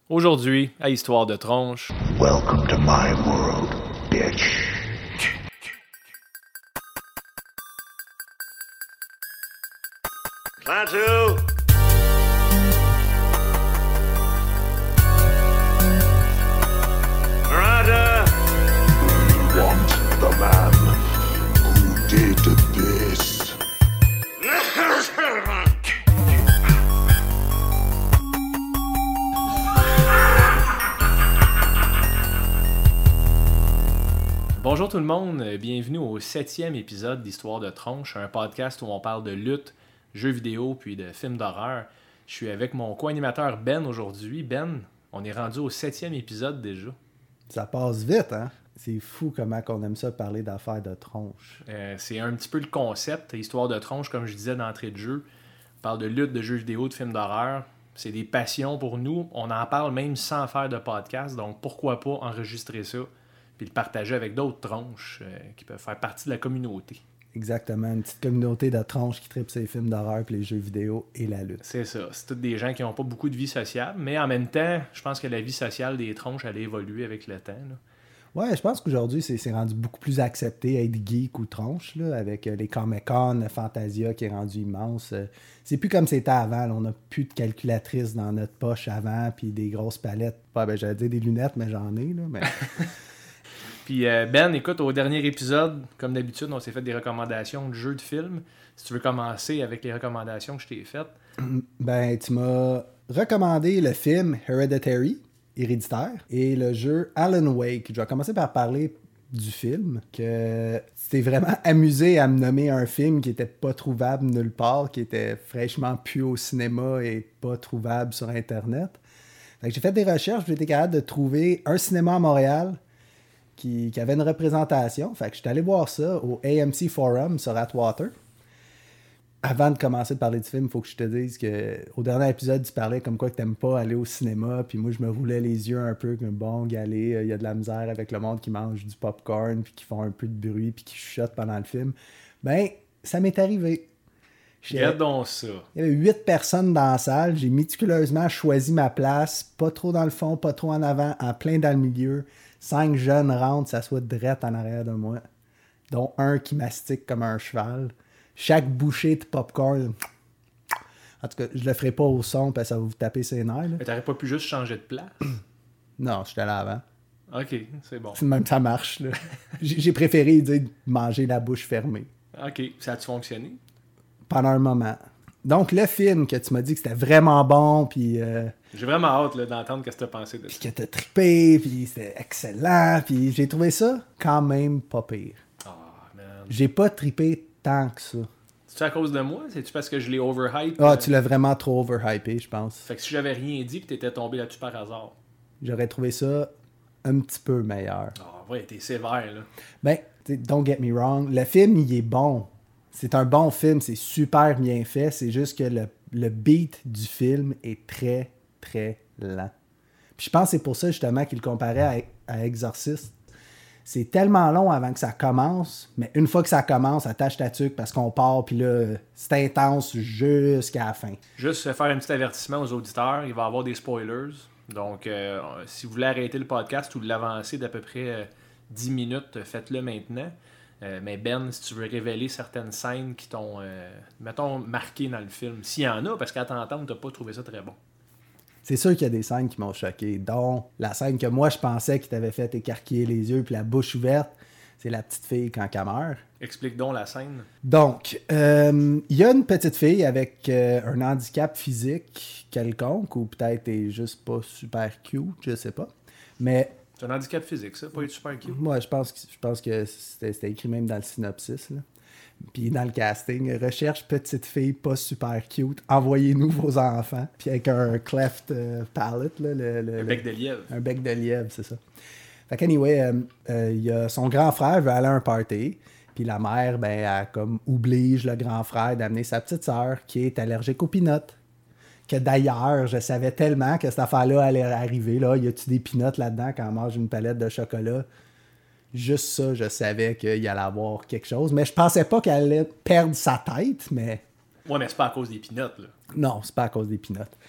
Aujourd'hui, à Histoire de tronche. Welcome to my world, bitch. Klaatu! Murata! We want the man who did this. Bonjour tout le monde, bienvenue au 7e épisode d'Histoire de tronche, un podcast où on parle de lutte, jeux vidéo puis de films d'horreur. Je suis avec mon co-animateur Ben aujourd'hui. Ben, on est rendu au 7e épisode déjà. Ça passe vite, hein? C'est fou comment on aime ça parler d'affaires de tronche. C'est un petit peu le concept, Histoire de tronche, comme je disais d'entrée de jeu. On parle de lutte, de jeux vidéo, de films d'horreur. C'est des passions pour nous. On en parle même sans faire de podcast, donc pourquoi pas enregistrer ça puis le partager avec d'autres tronches qui peuvent faire partie de la communauté. Exactement, une petite communauté de tronches qui tripe ces films d'horreur, puis les jeux vidéo et la lutte. C'est ça, c'est tous des gens qui n'ont pas beaucoup de vie sociale, mais en même temps, je pense que la vie sociale des tronches, elle a évolué avec le temps. Là. Ouais, je pense qu'aujourd'hui, c'est rendu beaucoup plus accepté être geek ou tronche, là, avec les Comic-Con, Fantasia qui est rendu immense. C'est plus comme c'était avant, là. On n'a plus de calculatrice dans notre poche avant, puis des grosses palettes. J'allais dire des lunettes, mais j'en ai, là, mais... Puis Ben, écoute, au dernier épisode, comme d'habitude, on s'est fait des recommandations de jeux de films. Si tu veux commencer avec les recommandations que je t'ai faites. Ben, tu m'as recommandé le film Hereditary, Héréditaire, et le jeu Alan Wake. Je vais commencer par parler du film, que tu t'es vraiment amusé à me nommer un film qui était pas trouvable nulle part, qui était fraîchement pu au cinéma et pas trouvable sur Internet. Fait que j'ai fait des recherches, j'ai été capable de trouver un cinéma à Montréal qui avait une représentation. Fait que je suis allé voir ça au AMC Forum sur Atwater. Avant de commencer de parler du film, il faut que je te dise qu'au dernier épisode, tu parlais comme quoi que t'aimes pas aller au cinéma, puis moi, je me roulais les yeux un peu comme bon, Galé, il y a de la misère avec le monde qui mange du popcorn, puis qui font un peu de bruit, puis qui chuchotent pendant le film. Ben, ça m'est arrivé. Regarde donc ça. Il y avait 8 personnes dans la salle. J'ai méticuleusement choisi ma place, pas trop dans le fond, pas trop en avant, en plein dans le milieu. 5 jeunes rentrent, s'assoient drette en arrière de moi, dont un qui mastique comme un cheval. Chaque bouchée de popcorn. En tout cas, je le ferai pas au son parce que ça va vous taper ses nerfs. Là. Mais t'aurais pas pu juste changer de place? Non, j'étais là avant. Ok, c'est bon. Même ça marche. Là. J'ai préféré dire manger la bouche fermée. Ok, ça a-tu fonctionné? Pendant un moment. Donc, le film que tu m'as dit que c'était vraiment bon, puis... J'ai vraiment hâte là, d'entendre ce que tu as pensé de ça. Puis que t'as trippé, puis c'était excellent, puis j'ai trouvé ça quand même pas pire. Oh, man. J'ai pas trippé tant que ça. C'est-tu à cause de moi? C'est-tu parce que je l'ai overhype? Ah, tu l'as vraiment trop overhypé, je pense. Fait que si j'avais rien dit, puis t'étais tombé là-dessus par hasard. J'aurais trouvé ça un petit peu meilleur. Ah, ouais, t'es sévère, là. Ben, don't get me wrong, le film, il est bon. C'est un bon film, c'est super bien fait. C'est juste que le beat du film est très, très lent. Puis je pense que c'est pour ça, justement, qu'il le comparait à Exorcist. C'est tellement long avant que ça commence, mais une fois que ça commence, attache ta tuque parce qu'on part, puis là, c'est intense jusqu'à la fin. Juste faire un petit avertissement aux auditeurs, il va y avoir des spoilers. Donc, si vous voulez arrêter le podcast ou l'avancer d'à peu près 10 minutes, faites-le maintenant. Mais Ben, si tu veux révéler certaines scènes qui t'ont, mettons, marqué dans le film, s'il y en a, parce qu'à t'entendre, t'as pas trouvé ça très bon. C'est sûr qu'il y a des scènes qui m'ont choqué, dont la scène que moi je pensais qui t'avait fait écarquiller les yeux puis la bouche ouverte, c'est la petite fille quand elle meurt. Explique donc la scène. Donc, il y a une petite fille avec un handicap physique quelconque, ou peut-être elle est juste pas super cute, je sais pas. Mais C'est un handicap physique, ça, pas être super cute. moi, je pense que c'était écrit même dans le synopsis, là. Puis dans le casting, recherche petite fille pas super cute, envoyez-nous vos enfants. Puis avec un cleft palate, là, Un bec de lièvre. Un bec de lièvre, c'est ça. Fait qu'anyway, il y a son grand frère veut aller à un party. Puis la mère, ben, elle comme oblige le grand frère d'amener sa petite sœur qui est allergique aux peanuts. Que d'ailleurs, je savais tellement que cette affaire-là allait arriver. Là. Y a-tu des peanuts là-dedans quand on mange une palette de chocolat? Juste ça, je savais qu'il allait avoir quelque chose. Mais je pensais pas qu'elle allait perdre sa tête, mais... Ouais, mais c'est pas à cause des peanuts, là. Non, c'est pas à cause des peanuts.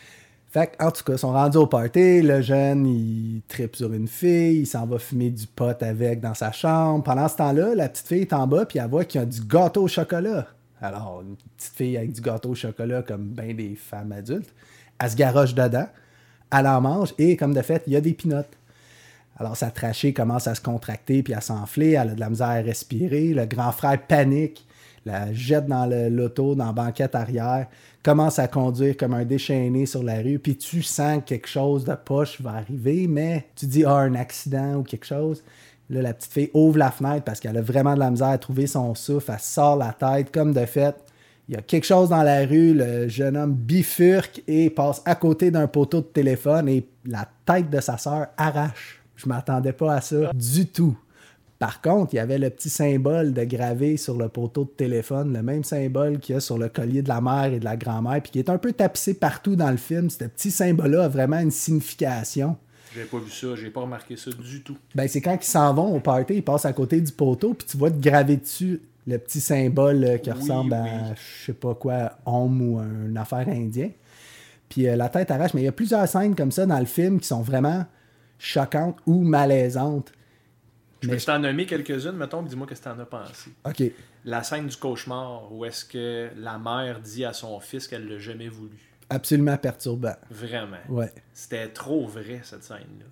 Fait en tout cas, ils sont rendus au party. Le jeune, il tripe sur une fille. Il s'en va fumer du pot avec dans sa chambre. Pendant ce temps-là, la petite fille est en bas puis elle voit qu'il y a du gâteau au chocolat. Alors, une petite fille avec du gâteau au chocolat, comme bien des femmes adultes, elle se garoche dedans. Elle en mange et, comme de fait, il y a des pinottes. Alors, sa trachée commence à se contracter puis à s'enfler. Elle a de la misère à respirer. Le grand frère panique, la jette dans l'auto, dans la banquette arrière, commence à conduire comme un déchaîné sur la rue. Puis tu sens que quelque chose de poche va arriver, mais tu dis, un accident ou quelque chose. Là, la petite fille ouvre la fenêtre parce qu'elle a vraiment de la misère à trouver son souffle. Elle sort la tête, comme de fait. Il y a quelque chose dans la rue. Le jeune homme bifurque et passe à côté d'un poteau de téléphone et la tête de sa sœur arrache. Je m'attendais pas à ça du tout. Par contre, il y avait le petit symbole de gravé sur le poteau de téléphone, le même symbole qu'il y a sur le collier de la mère et de la grand-mère, puis qui est un peu tapissé partout dans le film. Ce petit symbole-là a vraiment une signification. J'ai pas vu ça, j'ai pas remarqué ça du tout. Ben, c'est quand ils s'en vont au party, ils passent à côté du poteau, puis tu vois te graver dessus le petit symbole qui ressemble à, je sais pas quoi, homme ou une affaire indien. Puis la tête arrache, mais il y a plusieurs scènes comme ça dans le film qui sont vraiment choquantes ou malaisantes. Je peux t'en nommer quelques-unes, mettons, dis-moi qu'est-ce que t'en as pensé. OK. La scène du cauchemar, où est-ce que la mère dit à son fils qu'elle l'a jamais voulu. Absolument perturbant. Vraiment. Ouais. C'était trop vrai, cette scène-là.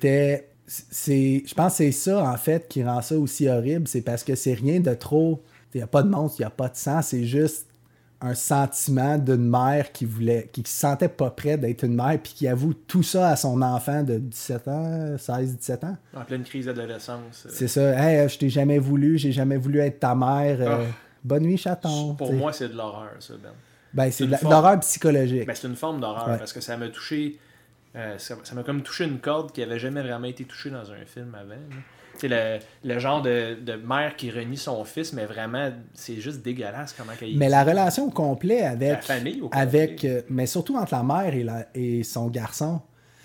Je pense que c'est ça, en fait, qui rend ça aussi horrible. C'est parce que c'est rien de trop... Il n'y a pas de monstre, il n'y a pas de sang. C'est juste un sentiment d'une mère qui se sentait pas prête d'être une mère puis qui avoue tout ça à son enfant de 17 ans, 16-17 ans. En pleine crise d'adolescence. C'est ça. Hey, je t'ai jamais voulu, j'ai jamais voulu être ta mère. Bonne nuit, chaton. Pour moi, c'est de l'horreur, ça, Ben. Ben, c'est de l'horreur psychologique. Ben, c'est une forme d'horreur parce que ça m'a touché. Ça m'a comme touché une corde qui avait jamais vraiment été touchée dans un film avant. Tu sais, le genre de mère qui renie son fils, mais vraiment, c'est juste dégueulasse comment qu'elle. Mais la relation au complet avec. La famille au complet. Mais surtout entre la mère et son garçon.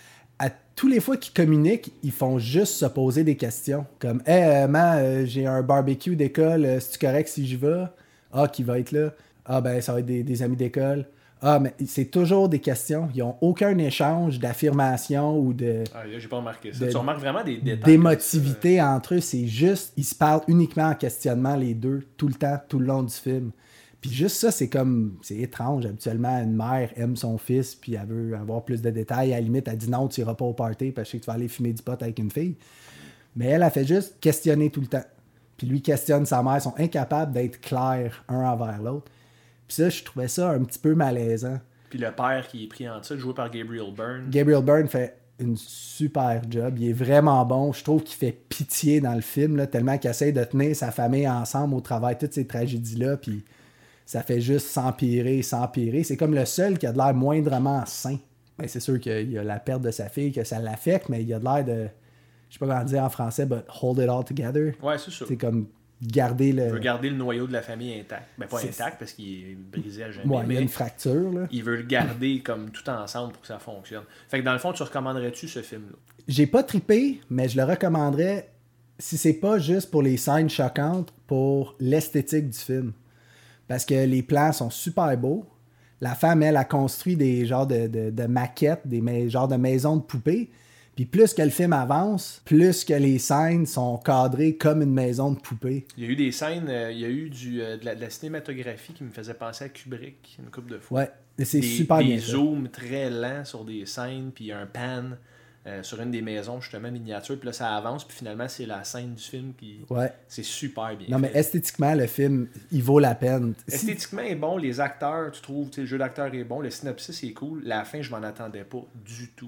À tous les fois qu'ils communiquent, ils font juste se poser des questions. Comme, hey, j'ai un barbecue d'école, c'est-tu correct si j'y vais? Ah, qui va être là? Ah, ben, ça va être des amis d'école. Ah, mais c'est toujours des questions. Ils n'ont aucun échange d'affirmation ou de... Ah, là, j'ai pas remarqué ça. Tu remarques vraiment des détails. D'émotivité entre eux. C'est juste... Ils se parlent uniquement en questionnement, les deux, tout le temps, tout le long du film. Puis juste ça, c'est comme... C'est étrange. Habituellement, une mère aime son fils, puis elle veut avoir plus de détails. À la limite, elle dit non, tu iras pas au party, parce que je sais que tu vas aller fumer du pot avec une fille. Mais elle a fait juste questionner tout le temps. Puis lui questionne sa mère. Ils sont incapables d'être clairs un envers l'autre. Puis ça, je trouvais ça un petit peu malaisant. Puis le père qui est pris en dessous, joué par Gabriel Byrne. Gabriel Byrne fait une super job. Il est vraiment bon. Je trouve qu'il fait pitié dans le film, là, tellement qu'il essaie de tenir sa famille ensemble au travers de toutes ces tragédies-là. Puis ça fait juste s'empirer. C'est comme le seul qui a de l'air moindrement sain. Ben, c'est sûr qu'il y a la perte de sa fille, que ça l'affecte, mais il a de l'air de... Je sais pas comment dire en français, but hold it all together. Ouais, c'est ça. C'est comme... Il veut garder le noyau de la famille intact. Ben, pas intact parce qu'il est brisé à jamais. Ouais, il y a une fracture. Là. Il veut le garder comme tout ensemble pour que ça fonctionne. Fait que dans le fond, tu recommanderais-tu ce film-là? J'ai pas trippé, mais je le recommanderais si c'est pas juste pour les scènes choquantes, pour l'esthétique du film. Parce que les plans sont super beaux. La femme, elle a construit des genres de maquettes, des genres de maisons de poupées. Puis plus que le film avance, plus que les scènes sont cadrées comme une maison de poupée. Il y a eu des scènes, il y a eu de la cinématographie qui me faisait penser à Kubrick une couple de fois. Ouais, c'est super bien. Des zooms très lents sur des scènes, puis un pan sur une des maisons justement miniature, puis là ça avance, puis finalement c'est la scène du film, puis c'est super bien. Non, mais esthétiquement, le film, il vaut la peine. Esthétiquement, il est bon, les acteurs, tu trouves, le jeu d'acteur est bon, le synopsis est cool, la fin, je m'en attendais pas du tout.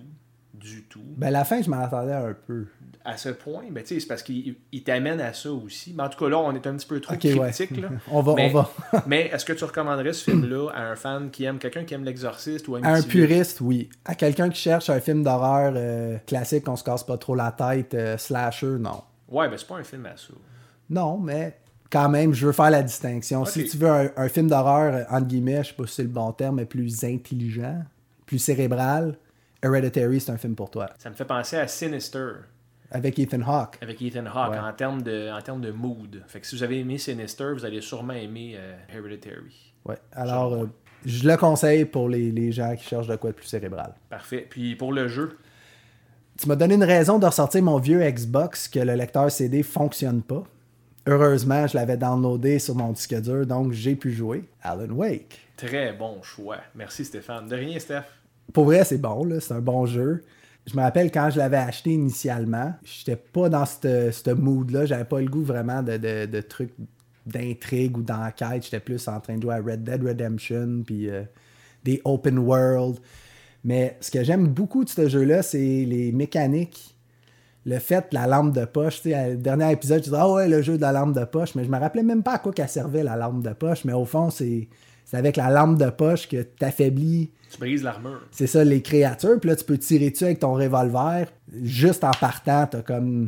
Ben, la fin, je m'en attendais un peu. À ce point, ben, c'est parce qu'il t'amène à ça aussi. Mais en tout cas, là, on est un petit peu trop critique. Ouais. Là. on va. Mais est-ce que tu recommanderais ce film-là à un fan qui aime, quelqu'un qui aime L'Exorciste ou à un puriste, oui. À quelqu'un qui cherche un film d'horreur classique, on se casse pas trop la tête, slasher, non. Ouais, ben c'est pas un film à ça. Non, mais quand même, je veux faire la distinction. Okay. Si tu veux un film d'horreur, entre guillemets, je sais pas si c'est le bon terme, mais plus intelligent, plus cérébral, Hereditary, c'est un film pour toi. Ça me fait penser à Sinister. Avec Ethan Hawke. Ouais. en termes de mood. Fait que si vous avez aimé Sinister, vous allez sûrement aimer Hereditary. Ouais. Alors, je le conseille pour les gens qui cherchent de quoi de plus cérébral. Parfait. Puis pour le jeu, Tu m'as donné une raison de ressortir mon vieux Xbox que le lecteur CD fonctionne pas. Heureusement, je l'avais downloadé sur mon disque dur, donc j'ai pu jouer Alan Wake. très bon choix. Merci Stéphane. De rien, Steph. Pour vrai, c'est bon, là, c'est un bon jeu. Je me rappelle quand je l'avais acheté initialement, j'étais pas dans ce mood-là, j'avais pas le goût vraiment de trucs d'intrigue ou d'enquête. J'étais plus en train de jouer à Red Dead Redemption, puis des open world. Mais ce que j'aime beaucoup de ce jeu-là, c'est les mécaniques. Le fait, la lampe de poche, tu sais, le dernier épisode, tu dis « Ah ouais, le jeu de la lampe de poche », mais je me rappelais même pas à quoi qu'elle servait, la lampe de poche, mais au fond, c'est avec la lampe de poche que t'affaiblis. Tu brises l'armure. C'est ça, les créatures, puis là, tu peux tirer dessus avec ton revolver. Juste en partant, t'as comme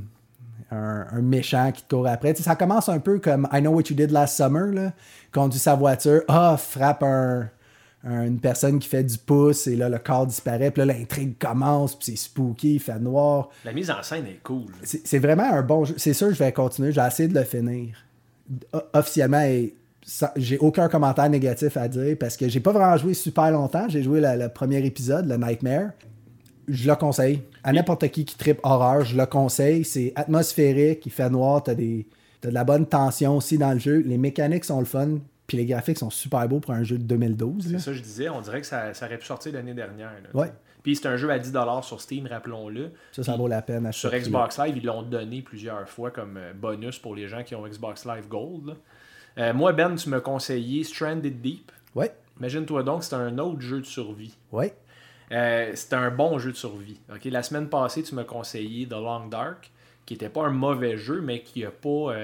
un méchant qui te court après. Tu sais, ça commence un peu comme I Know What You Did Last Summer, là. Conduit sa voiture, frappe une personne qui fait du pouce, et là, le corps disparaît, puis là, l'intrigue commence, puis c'est spooky, il fait noir. La mise en scène est cool. C'est vraiment un bon jeu. C'est sûr, je vais continuer, je vais essayer de le finir. Officiellement, j'ai aucun commentaire négatif à dire, parce que j'ai pas vraiment joué super longtemps. J'ai joué le premier épisode, le Nightmare. Je le conseille. À n'importe qui trippe horreur, je le conseille. C'est atmosphérique, il fait noir, t'as de la bonne tension aussi dans le jeu. Les mécaniques sont le fun. Puis les graphiques sont super beaux pour un jeu de 2012. C'est ça que je disais, on dirait que ça aurait pu sortir l'année dernière. Là, ouais. Puis c'est un jeu à 10$ sur Steam, rappelons-le. Ça vaut la peine. Sur Xbox Live, ils l'ont donné plusieurs fois comme bonus pour les gens qui ont Xbox Live Gold. Moi, Ben, tu m'as conseillé Stranded Deep. Ouais. Imagine-toi donc, c'est un autre jeu de survie. Ouais. C'est un bon jeu de survie. Okay? La semaine passée, tu m'as conseillé The Long Dark, qui n'était pas un mauvais jeu, mais qui n'a pas...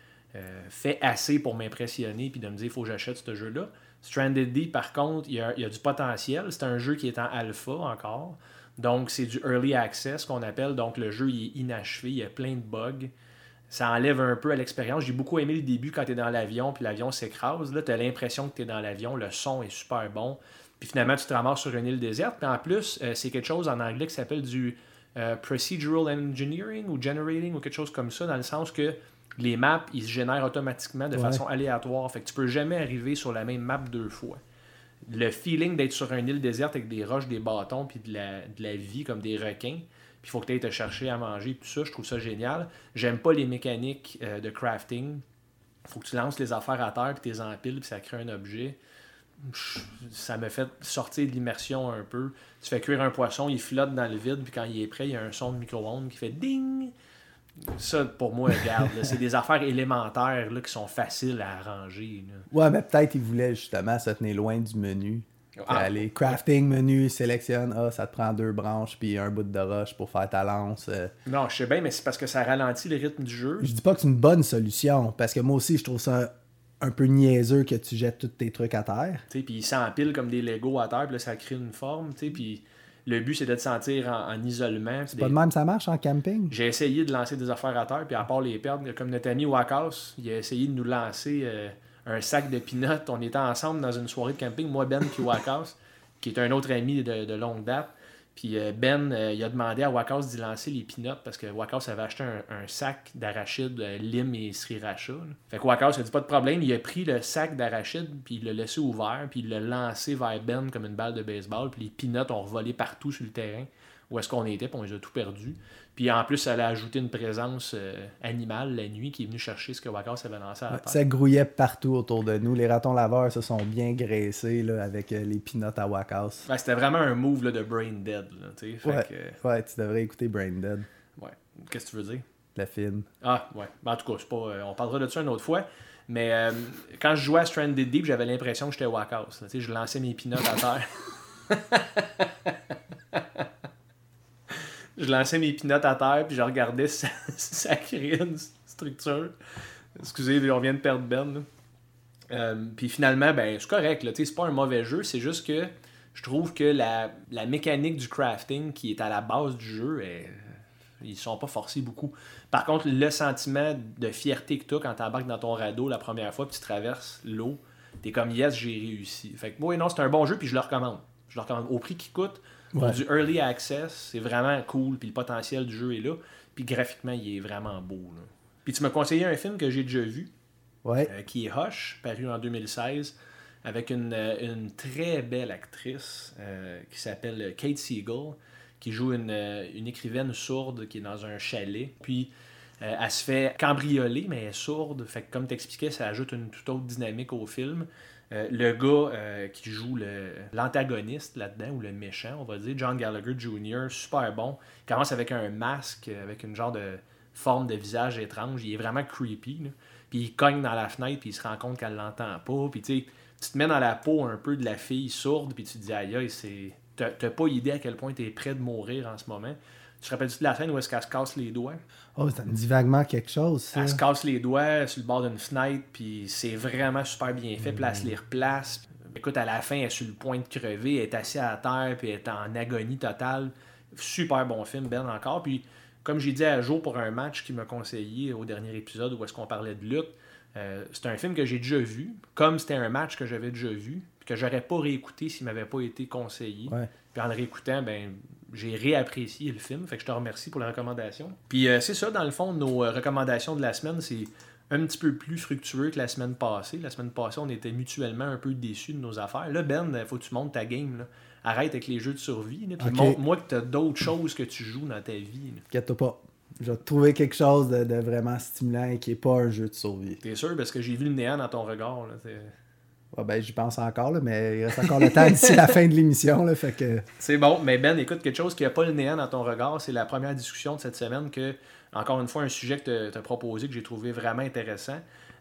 fait assez pour m'impressionner puis de me dire il faut que j'achète ce jeu-là. Stranded Deep, par contre, il y a du potentiel. C'est un jeu qui est en alpha encore. Donc, c'est du early access qu'on appelle. Donc, le jeu il est inachevé. Il y a plein de bugs. Ça enlève un peu à l'expérience. J'ai beaucoup aimé le début quand tu es dans l'avion puis l'avion s'écrase. Là, tu as l'impression que tu es dans l'avion. Le son est super bon. Puis finalement, tu te ramasses sur une île déserte. Puis en plus, c'est quelque chose en anglais qui s'appelle du procedural engineering ou generating ou quelque chose comme ça, dans le sens que les maps, ils se génèrent automatiquement de façon aléatoire. Fait que tu peux jamais arriver sur la même map deux fois. Le feeling d'être sur une île déserte avec des roches, des bâtons, puis de la vie comme des requins, puis il faut que tu ailles te chercher à manger, tout ça, je trouve ça génial. J'aime pas les mécaniques de crafting. Il faut que tu lances les affaires à terre, puis tu les empiles, puis ça crée un objet. Ça me fait sortir de l'immersion un peu. Tu fais cuire un poisson, il flotte dans le vide, puis quand il est prêt, il y a un son de micro-ondes qui fait ding! Ça, pour moi, regarde, là, c'est des affaires élémentaires là, qui sont faciles à arranger. Là. Ouais, mais peut-être qu'ils voulaient justement se tenir loin du menu. Aller crafting, menu, sélectionne, ça te prend 2 branches puis un bout de roche pour faire ta lance. Non, je sais bien, mais c'est parce que ça ralentit le rythme du jeu. Je dis pas que c'est une bonne solution, parce que moi aussi, je trouve ça un peu niaiseux que tu jettes tous tes trucs à terre. Puis ils s'empilent comme des Legos à terre, puis là, ça crée une forme, puis... Le but, c'est de te sentir en isolement. C'est pas de même ça marche en camping? J'ai essayé de lancer des affaires à terre, puis à part les perdre, comme notre ami Wakas, il a essayé de nous lancer un sac de peanuts. On était ensemble dans une soirée de camping, moi, Ben, puis Wakas, qui est un autre ami de longue date. Puis Ben, il a demandé à Wakas d'y lancer les peanuts parce que Wakas avait acheté un sac d'arachides, lime et sriracha. Là. Fait que Wakas a dit pas de problème, il a pris le sac d'arachides, puis il l'a laissé ouvert, puis il l'a lancé vers Ben comme une balle de baseball, puis les peanuts ont volé partout sur le terrain où est-ce qu'on était, puis on les a tout perdus. Puis en plus, ça a ajouté une présence animale la nuit qui est venue chercher ce que Wakas avait lancé à la terre. Ça grouillait partout autour de nous. Les ratons laveurs se sont bien graissés là, avec les peanuts à Wakas. Ouais, c'était vraiment un move là, de Brain Dead. Là, ouais, tu devrais écouter Brain Dead. Ouais. Qu'est-ce que tu veux dire? Le film. Ah, ouais. En tout cas, c'est pas, on parlera de ça une autre fois. Mais quand je jouais à Stranded Deep, j'avais l'impression que j'étais Wakas. Je lançais mes peanuts à terre. Je lançais mes peanuts à terre, puis je regardais si ça créait une structure. Excusez, on vient de perdre Ben. Puis finalement, ben c'est correct. Là, c'est pas un mauvais jeu, c'est juste que je trouve que la mécanique du crafting qui est à la base du jeu, ils sont pas forcés beaucoup. Par contre, le sentiment de fierté que tu as quand tu embarques dans ton radeau la première fois, puis tu traverses l'eau, t'es comme yes, j'ai réussi. Fait que oui, non, c'est un bon jeu, puis je le recommande. Je le recommande au prix qu'il coûte. Pour du early access, c'est vraiment cool, puis le potentiel du jeu est là, puis graphiquement, il est vraiment beau. Là. Puis tu m'as conseillé un film que j'ai déjà vu, qui est Hush, paru en 2016. avec une très belle actrice qui s'appelle Kate Siegel, qui joue une écrivaine sourde qui est dans un chalet. Puis elle se fait cambrioler, mais elle est sourde. Fait que comme t'expliquais, ça ajoute une toute autre dynamique au film. Le gars qui joue l'antagoniste là-dedans, ou le méchant, on va dire, John Gallagher Jr., super bon. Il commence avec un masque, avec une genre de forme de visage étrange. Il est vraiment creepy, là. Puis il cogne dans la fenêtre, puis il se rend compte qu'elle l'entend pas. Puis tu te mets dans la peau un peu de la fille sourde, puis tu te dis, aïe, t'as pas idée à quel point t'es près de mourir en ce moment. Tu te rappelles-tu de la scène où est-ce qu'elle se casse les doigts? Oh, ça me dit vaguement quelque chose, ça. Elle se casse les doigts sur le bord d'une fenêtre, puis c'est vraiment super bien fait, puis elle se les replace. Écoute, à la fin, elle est sur le point de crever, elle est assise à terre, puis elle est en agonie totale. Super bon film, Ben, encore. Puis, comme j'ai dit à Joe pour un match qu'il m'a conseillé au dernier épisode où est-ce qu'on parlait de lutte, c'est un film que j'ai déjà vu, comme c'était un match que j'avais déjà vu, puis que j'aurais pas réécouté s'il m'avait pas été conseillé. Ouais. Puis en le réécoutant, ben, j'ai réapprécié le film. Fait que je te remercie pour la recommandation. Puis c'est ça, dans le fond, nos recommandations de la semaine, c'est un petit peu plus fructueux que la semaine passée. La semaine passée, on était mutuellement un peu déçus de nos affaires. Là, Ben, il faut que tu montes ta game, là. Arrête avec les jeux de survie. Là, puis montre-moi que tu as d'autres choses que tu joues dans ta vie. Inquiète-toi pas. Je vais trouver quelque chose de vraiment stimulant et qui n'est pas un jeu de survie. T'es sûr? Parce que j'ai vu le néant dans ton regard. Là, Ouais, ben, j'y pense encore, là, mais il reste encore le temps d'ici la fin de l'émission. Là, fait que... C'est bon, mais Ben, écoute, quelque chose qui n'a pas le néant dans ton regard, c'est la première discussion de cette semaine que, encore une fois, un sujet que tu as proposé que j'ai trouvé vraiment intéressant.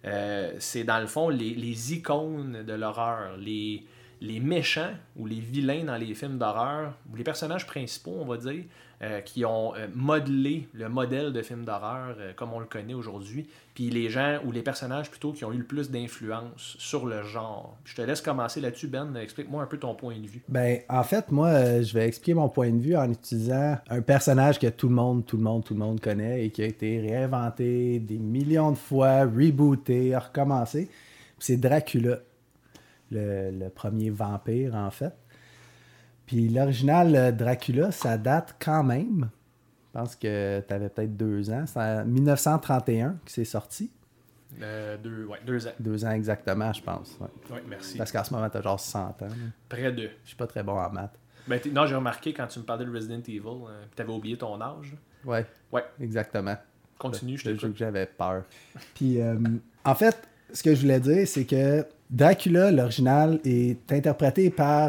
C'est dans le fond les icônes de l'horreur, les méchants ou les vilains dans les films d'horreur, ou les personnages principaux, on va dire, qui ont modelé le modèle de film d'horreur comme on le connaît aujourd'hui, puis les gens, ou les personnages plutôt, qui ont eu le plus d'influence sur le genre. Je te laisse commencer là-dessus, Ben. Explique-moi un peu ton point de vue. Ben, en fait, moi, je vais expliquer mon point de vue en utilisant un personnage que tout le monde connaît et qui a été réinventé des millions de fois, rebooté, recommencé. C'est Dracula. Le premier vampire, en fait. Puis l'original Dracula, ça date quand même. Je pense que tu avais peut-être 2 ans. C'est en 1931 que c'est sorti. 2 ans. 2 ans exactement, je pense. Ouais. Oui, merci. Parce qu'en ce moment, tu as genre 100 ans. Là. Près de. Je suis pas très bon en maths. Ben, non, j'ai remarqué quand tu me parlais de Resident Evil, tu avais oublié ton âge. Ouais. Ouais. Exactement. Continue, je te jure t'écoute. que j'avais peur. Puis, en fait, ce que je voulais dire, c'est que Dracula, l'original, est interprété par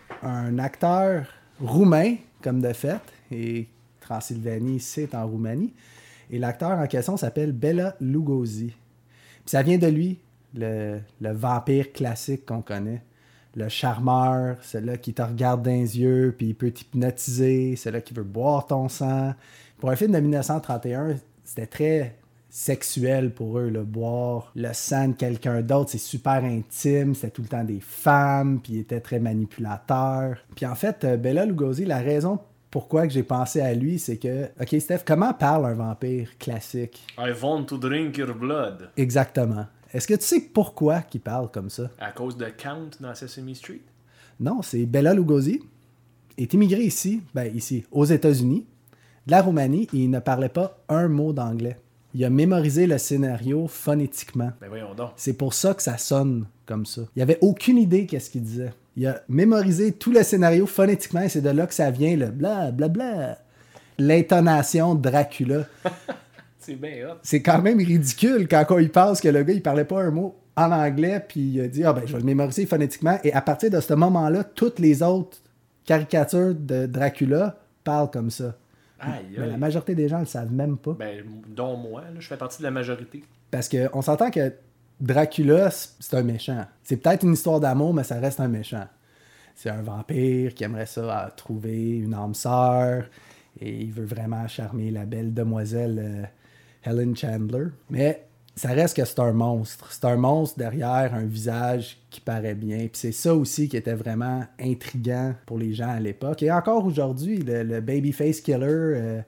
un acteur roumain, comme de fait, et Transylvanie, c'est en Roumanie. Et l'acteur en question s'appelle Bela Lugosi. Puis ça vient de lui, le vampire classique qu'on connaît. Le charmeur, celui-là qui te regarde dans les yeux, puis il peut t'hypnotiser, celui-là qui veut boire ton sang. Pour un film de 1931, c'était très sexuel pour eux, là, boire le sang de quelqu'un d'autre, c'est super intime, c'était tout le temps des femmes, puis il était très manipulateur. Puis en fait, Bela Lugosi, la raison pourquoi que j'ai pensé à lui, c'est que, ok Steph, comment parle un vampire classique? I want to drink your blood. Exactement. Est-ce que tu sais pourquoi qu'il parle comme ça? À cause de Count dans Sesame Street? Non, c'est Bela Lugosi est immigré ici, aux États-Unis, de la Roumanie, et il ne parlait pas un mot d'anglais. Il a mémorisé le scénario phonétiquement. Ben voyons donc. C'est pour ça que ça sonne comme ça. Il avait aucune idée qu'est-ce qu'il disait. Il a mémorisé tout le scénario phonétiquement et c'est de là que ça vient le bla bla bla. L'intonation de Dracula. C'est bien hot. C'est quand même ridicule quand on y pense que le gars il parlait pas un mot en anglais puis il a dit je vais le mémoriser phonétiquement et à partir de ce moment-là, toutes les autres caricatures de Dracula parlent comme ça. Aïe, Mais la majorité des gens ne le savent même pas. Ben, dont moi, là, je fais partie de la majorité. Parce qu'on s'entend que Dracula, c'est un méchant. C'est peut-être une histoire d'amour, mais ça reste un méchant. C'est un vampire qui aimerait ça trouver une âme sœur et il veut vraiment charmer la belle demoiselle Helen Chandler. Mais ça reste que c'est un monstre. C'est un monstre derrière un visage qui paraît bien. Puis c'est ça aussi qui était vraiment intriguant pour les gens à l'époque. Et encore aujourd'hui, le Babyface Killer,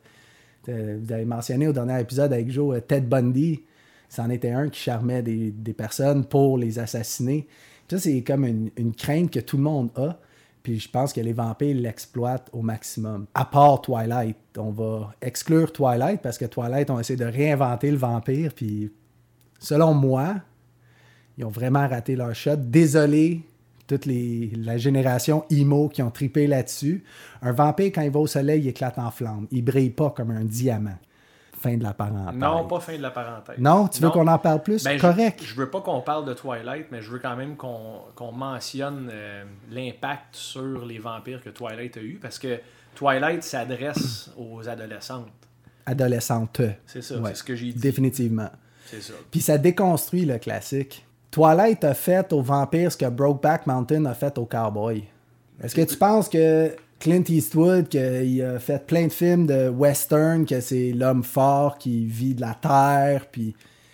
vous avez mentionné au dernier épisode avec Joe, Ted Bundy, c'en était un qui charmait des personnes pour les assassiner. Puis ça, c'est comme une crainte que tout le monde a. Puis je pense que les vampires l'exploitent au maximum. À part Twilight. On va exclure Twilight parce que Twilight ont essayé de réinventer le vampire. Puis selon moi, Ils ont vraiment raté leur shot. Désolé, toute la génération emo qui ont trippé là-dessus. Un vampire, quand il va au soleil, il éclate en flammes. Il brille pas comme un diamant. Fin de la parenthèse. Non, pas fin de la parenthèse. Non, tu veux qu'on en parle plus? Ben, correct. Je veux pas qu'on parle de Twilight, mais je veux quand même qu'on mentionne l'impact sur les vampires que Twilight a eu, parce que Twilight s'adresse aux adolescentes. Adolescente. C'est ça, Ouais, c'est ce que j'ai dit. Définitivement. C'est ça. Puis ça déconstruit le classique. Twilight a fait aux vampires ce que Brokeback Mountain a fait aux cowboys. Est-ce que tu penses que Clint Eastwood, qu'il a fait plein de films de western, que c'est l'homme fort qui vit de la terre, puis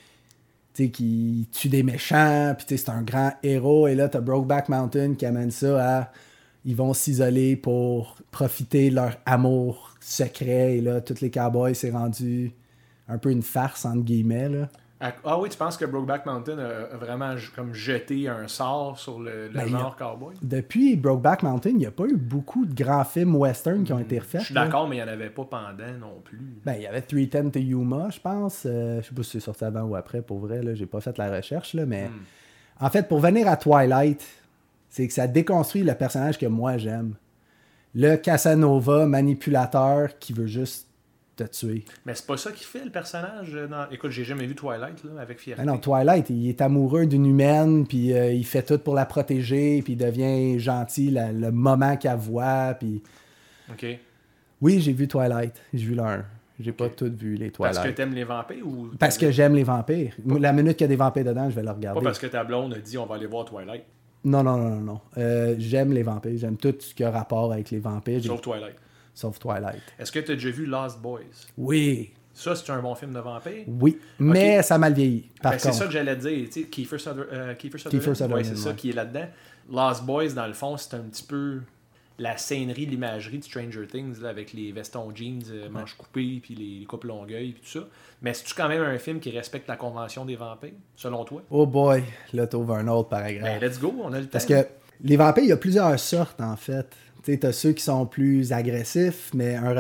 qui tue des méchants, puis c'est un grand héros, et là t'as Brokeback Mountain qui amène ça à... Ils vont s'isoler pour profiter de leur amour secret, et là, tous les cowboys, c'est rendu un peu une farce, entre guillemets, là. Ah oui, tu penses que Brokeback Mountain a vraiment comme jeté un sort sur le genre cowboy? Depuis Brokeback Mountain, il n'y a pas eu beaucoup de grands films western qui ont été refaits. Je suis d'accord, mais il n'y en avait pas pendant non plus. Ben, il y avait 310 to Yuma, je pense. Je sais pas si c'est sorti avant ou après, pour vrai. Là, j'ai pas fait la recherche, là, mais... En fait, pour venir à Twilight, c'est que ça déconstruit le personnage que moi, j'aime. Le Casanova manipulateur qui veut juste te tuer. Mais c'est pas ça qui fait le personnage. Écoute, j'ai jamais vu Twilight là, avec fierté. Ben non, Twilight, il est amoureux d'une humaine, puis il fait tout pour la protéger, puis il devient gentil le moment qu'elle voit, puis... OK. Oui, j'ai vu Twilight. J'ai vu l'un. J'ai pas tout vu, les Twilight. Parce que t'aimes les vampires ou... Parce que j'aime les vampires. La minute qu'il y a des vampires dedans, je vais le regarder. Pas parce que ta blonde a dit on va aller voir Twilight. Non. J'aime les vampires. J'aime tout ce qui a rapport avec les vampires. Sauf Twilight. Sauf Twilight. Est-ce que tu as déjà vu Lost Boys? Oui. Ça, c'est un bon film de vampire? Oui. Mais ça a mal vieilli. C'est ça que j'allais dire. Tu sais, Kiefer Sutherland. Ouais, c'est ça qui est là-dedans. Lost Boys, dans le fond, c'est un petit peu la scénerie, l'imagerie de Stranger Things, là, avec les vestons jeans, manches coupées, puis les coupes longueuil, puis tout ça. Mais c'est-tu quand même un film qui respecte la convention des vampires, selon toi? Oh boy, là, t'ouvres un autre paragraphe. Ben, let's go, on a le temps. Parce que les vampires, il y a plusieurs sortes, en fait. Tu sais, t'as ceux qui sont plus agressifs, mais un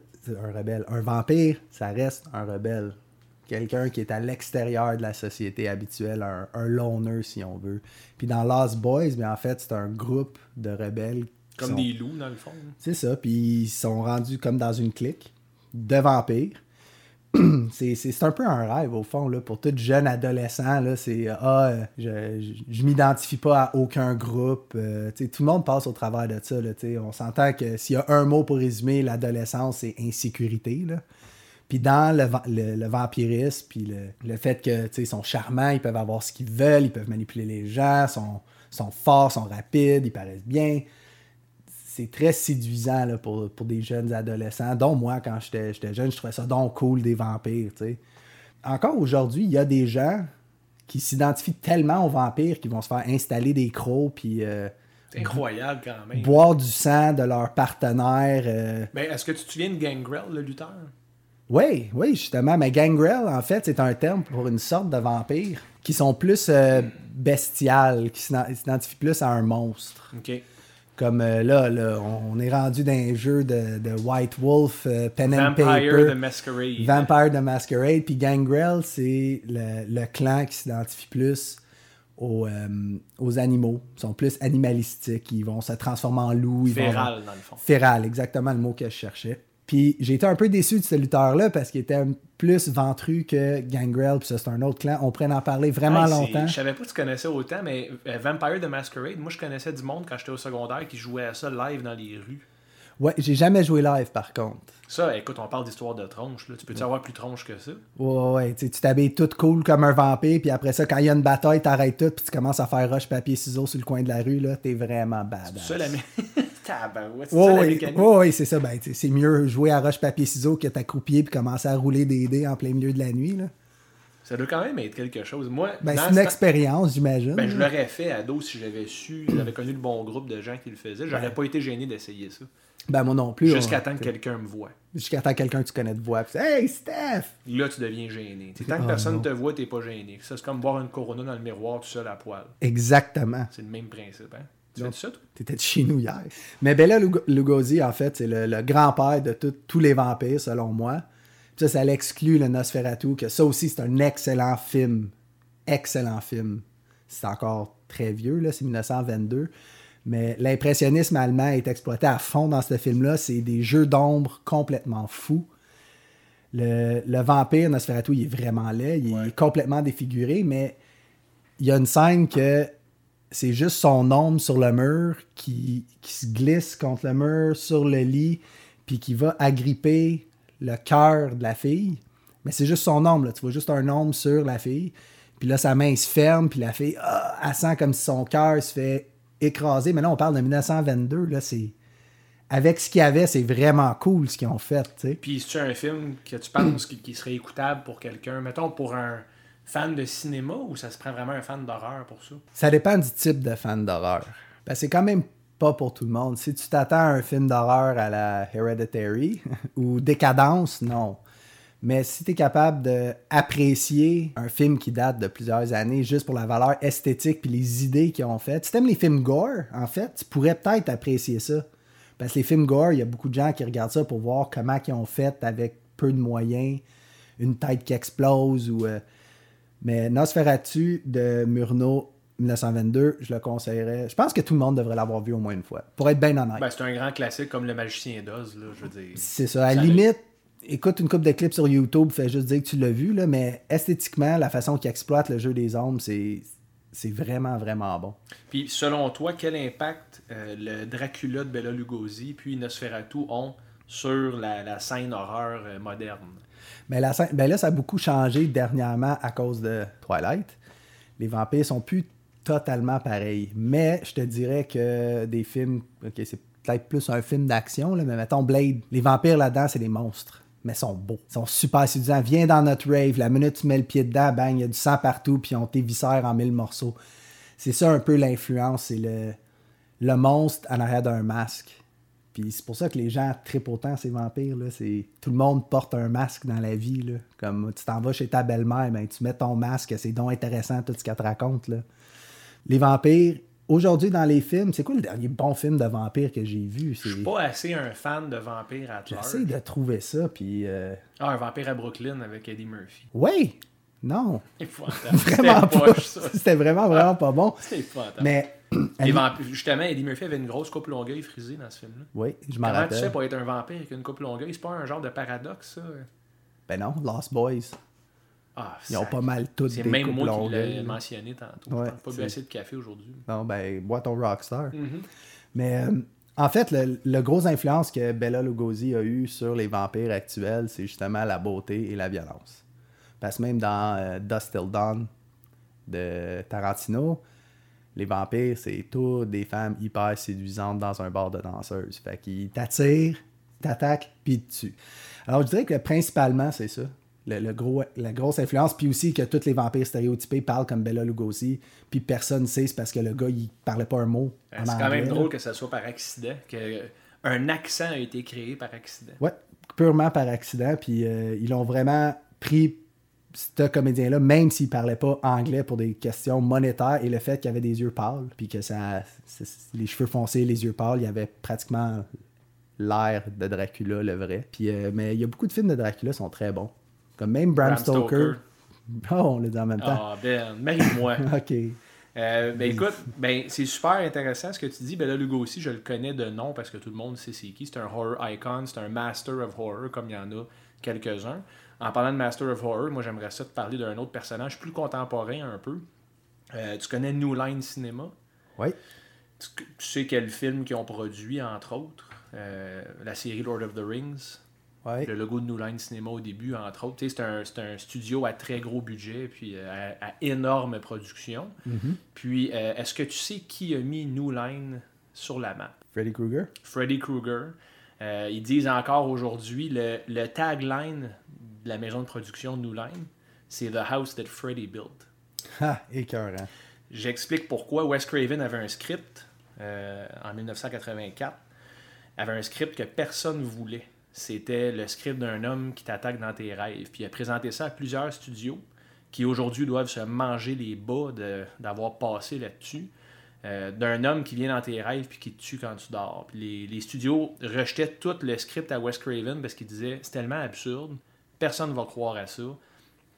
vampire, ça reste un rebelle. Quelqu'un qui est à l'extérieur de la société habituelle, un loner, si on veut. Puis dans Lost Boys, bien, en fait, c'est un groupe de rebelles. Comme des loups, dans le fond. C'est ça, puis ils sont rendus comme dans une clique de vampires. C'est un peu un rêve, au fond, là, pour tout jeune adolescent. Là, c'est je m'identifie pas à aucun groupe. Tout le monde passe au travers de ça. Là, on s'entend que s'il y a un mot pour résumer l'adolescence, c'est insécurité. Là. Puis dans le vampirisme, puis le fait que ils sont charmants, ils peuvent avoir ce qu'ils veulent, ils peuvent manipuler les gens, sont forts, sont rapides, ils paraissent bien. C'est très séduisant là, pour des jeunes adolescents, dont moi, quand j'étais jeune, je trouvais ça donc cool, des vampires. T'sais. Encore aujourd'hui, il y a des gens qui s'identifient tellement aux vampires qu'ils vont se faire installer des crocs, puis c'est incroyable quand même. Boire du sang de leur partenaire. Ben, est-ce que tu te souviens de Gangrel, le lutteur? Oui, justement. Mais Gangrel, en fait, c'est un terme pour une sorte de vampire qui sont plus bestiales, qui s'identifient plus à un monstre. OK. Comme là, on est rendu dans un jeu de White Wolf, Pen and Paper. Vampire the Masquerade. Vampire the Masquerade. Puis Gangrel, c'est le clan qui s'identifie plus aux animaux. Ils sont plus animalistiques. Ils vont se transformer en loups. Féral, dans le fond. Féral, exactement le mot que je cherchais. Puis j'ai été un peu déçu de ce lutteur-là parce qu'il était plus ventru que Gangrel, puis ça c'est un autre clan. On pourrait en parler vraiment longtemps. Je savais pas que tu connaissais autant, mais Vampire the Masquerade, moi je connaissais du monde quand j'étais au secondaire qui jouait à ça live dans les rues. Ouais, j'ai jamais joué live par contre. Ça, écoute, on parle d'histoire de tronche, là. Tu peux-tu avoir plus tronche que ça? Ouais, tu t'habilles tout cool comme un vampire, puis après ça, quand il y a une bataille, t'arrêtes tout, puis tu commences à faire roche, papier, ciseaux sur le coin de la rue, là, t'es vraiment badass. C'est ça la mécanique? Oui, c'est ça. Ben, c'est mieux jouer à roche, papier, ciseaux que t'accroupir puis commencer à rouler des dés en plein milieu de la nuit, là. Ça doit quand même être quelque chose. Moi, c'est une expérience, j'imagine. Ben, je l'aurais fait ado si j'avais su, j'avais connu le bon groupe de gens qui le faisaient. J'aurais pas été gêné d'essayer ça. Ben, moi non plus. Jusqu'à temps que quelqu'un me voie. Jusqu'à temps que quelqu'un que tu connais te voit. Puis, hey, Steph! Là, tu deviens gêné. Tant que personne te voit, t'es pas gêné. Ça, c'est comme boire une Corona dans le miroir tout seul à poil. Exactement. C'est le même principe, hein? Tu fais ça, toi? T'étais de chez nous hier. Mais Bela Lugosi, en fait, c'est le grand-père de tous les vampires, selon moi. Puis ça l'exclut le Nosferatu, que ça aussi, c'est un excellent film. Excellent film. c'est encore très vieux, là, c'est 1922. Mais l'impressionnisme allemand est exploité à fond dans ce film-là. C'est des jeux d'ombre complètement fous. Le vampire Nosferatu, il est vraiment laid. Il est complètement défiguré, mais il y a une scène que c'est juste son ombre sur le mur qui se glisse contre le mur, sur le lit, puis qui va agripper le cœur de la fille. Mais c'est juste son ombre, là. Tu vois juste un ombre sur la fille. Puis là, sa main se ferme, puis la fille, elle sent comme si son cœur se fait écraser. Mais là, on parle de 1922, là, c'est... Avec ce qu'il y avait, c'est vraiment cool ce qu'ils ont fait, tu sais. Puis c'est un film que tu penses qui serait écoutable pour quelqu'un, mettons pour un fan de cinéma, ou ça se prend vraiment un fan d'horreur pour ça? Ça dépend du type de fan d'horreur. Ben, c'est quand même pas pour tout le monde. Si tu t'attends à un film d'horreur à la Hereditary ou Décadence, non. Mais si tu es capable d'apprécier un film qui date de plusieurs années juste pour la valeur esthétique puis les idées qu'ils ont faites, si tu aimes les films gore, en fait, tu pourrais peut-être apprécier ça. Parce que les films gore, il y a beaucoup de gens qui regardent ça pour voir comment ils ont fait avec peu de moyens, une tête qui explose. Mais Nosferatu de Murnau, 1922, je le conseillerais. Je pense que tout le monde devrait l'avoir vu au moins une fois, pour être bien honnête. Ben, c'est un grand classique comme Le Magicien d'Oz, là, je veux dire. C'est ça. À la limite, écoute une couple de clips sur YouTube, fais juste dire que tu l'as vu, là, mais esthétiquement, la façon qu'il exploite le jeu des ombres, c'est vraiment, vraiment bon. Puis, selon toi, quel impact le Dracula de Bela Lugosi puis Nosferatu ont sur la scène horreur moderne? Ben là, ça a beaucoup changé dernièrement à cause de Twilight. Les vampires sont plus totalement pareils. Mais je te dirais que des films... OK, c'est peut-être plus un film d'action, là, mais mettons Blade. Les vampires là-dedans, c'est des monstres. Mais ils sont beaux. Ils sont super séduisants. Viens dans notre rave. La minute tu mets le pied dedans, bang, il y a du sang partout, puis on t'éviscère en 1000 morceaux. C'est ça un peu l'influence. C'est le monstre en arrière d'un masque. Puis c'est pour ça que les gens trippent autant ces vampires. Là. Tout le monde porte un masque dans la vie. Là. Comme tu t'en vas chez ta belle-mère, ben, tu mets ton masque. C'est donc intéressant tout ce qu'elle te raconte. Là. Les vampires, aujourd'hui dans les films, c'est quoi le dernier bon film de vampire que j'ai vu? Je suis pas assez un fan de vampires à large. J'essaie de trouver ça. Puis, un vampire à Brooklyn avec Eddie Murphy. Oui! Non! Vraiment pas. C'était vraiment pas bon. C'était pas. Mais... Justement, Eddie Murphy avait une grosse coupe longueuil frisée dans ce film-là. Oui, je m'en rappelle. Comment tu sais pour être un vampire avec une coupe longueuil? C'est pas un genre de paradoxe, ça? Ben non, Lost Boys. Ah, ils ont pas mal toutes des coupes longueuil. C'est même moi qui l'ai mentionné tantôt. Ouais, je n'ai pas bu assez de café aujourd'hui. Non, ben, bois ton Rockstar. Mm-hmm. Mais en fait, le gros influence que Bela Lugosi a eu sur les vampires actuels, c'est justement la beauté et la violence. Parce que même dans Dusk Till Dawn de Tarantino, les vampires, c'est toutes des femmes hyper séduisantes dans un bar de danseuses. Fait qu'ils t'attirent, t'attaquent, puis ils te tuent. Alors, je dirais que principalement, c'est ça. La grosse influence. Puis aussi que tous les vampires stéréotypés parlent comme Bela Lugosi. Puis personne ne sait, c'est parce que le gars, il parlait pas un mot. C'est quand même drôle que ça soit par accident. Qu'un accent a été créé par accident. Ouais, purement par accident. Puis ils l'ont vraiment pris... ce comédien-là, même s'il parlait pas anglais pour des questions monétaires, et le fait qu'il avait des yeux pâles, puis que les cheveux foncés, les yeux pâles, il avait pratiquement l'air de Dracula, le vrai. Puis, mais il y a beaucoup de films de Dracula qui sont très bons. Comme même Bram Stoker. Oh, on l'a dit en même temps. Ah, Ben, marie-moi. OK. Écoute, c'est super intéressant ce que tu dis. Bela Lugosi, je le connais de nom parce que tout le monde sait c'est qui. C'est un horror icon, c'est un master of horror, comme il y en a quelques-uns. En parlant de Master of Horror, moi j'aimerais ça te parler d'un autre personnage plus contemporain un peu. Tu connais New Line Cinema? Oui. Tu sais quel film qu'ils ont produit, entre autres? La série Lord of the Rings. Ouais. Le logo de New Line Cinema au début, entre autres. C'est un studio à très gros budget, puis à énorme production. Mm-hmm. Puis, est-ce que tu sais qui a mis New Line sur la map? Freddy Krueger. Freddy Krueger. Ils disent encore aujourd'hui, le tagline de la maison de production New Line, c'est The House That Freddy Built. Ah, écœurant. J'explique pourquoi. Wes Craven avait un script en 1984. Avait un script que personne ne voulait. C'était le script d'un homme qui t'attaque dans tes rêves. Puis il a présenté ça à plusieurs studios qui aujourd'hui doivent se manger les bas d'avoir passé là-dessus. D'un homme qui vient dans tes rêves puis qui te tue quand tu dors. Puis les studios rejetaient tout le script à Wes Craven parce qu'ils disaient c'est tellement absurde, personne ne va croire à ça.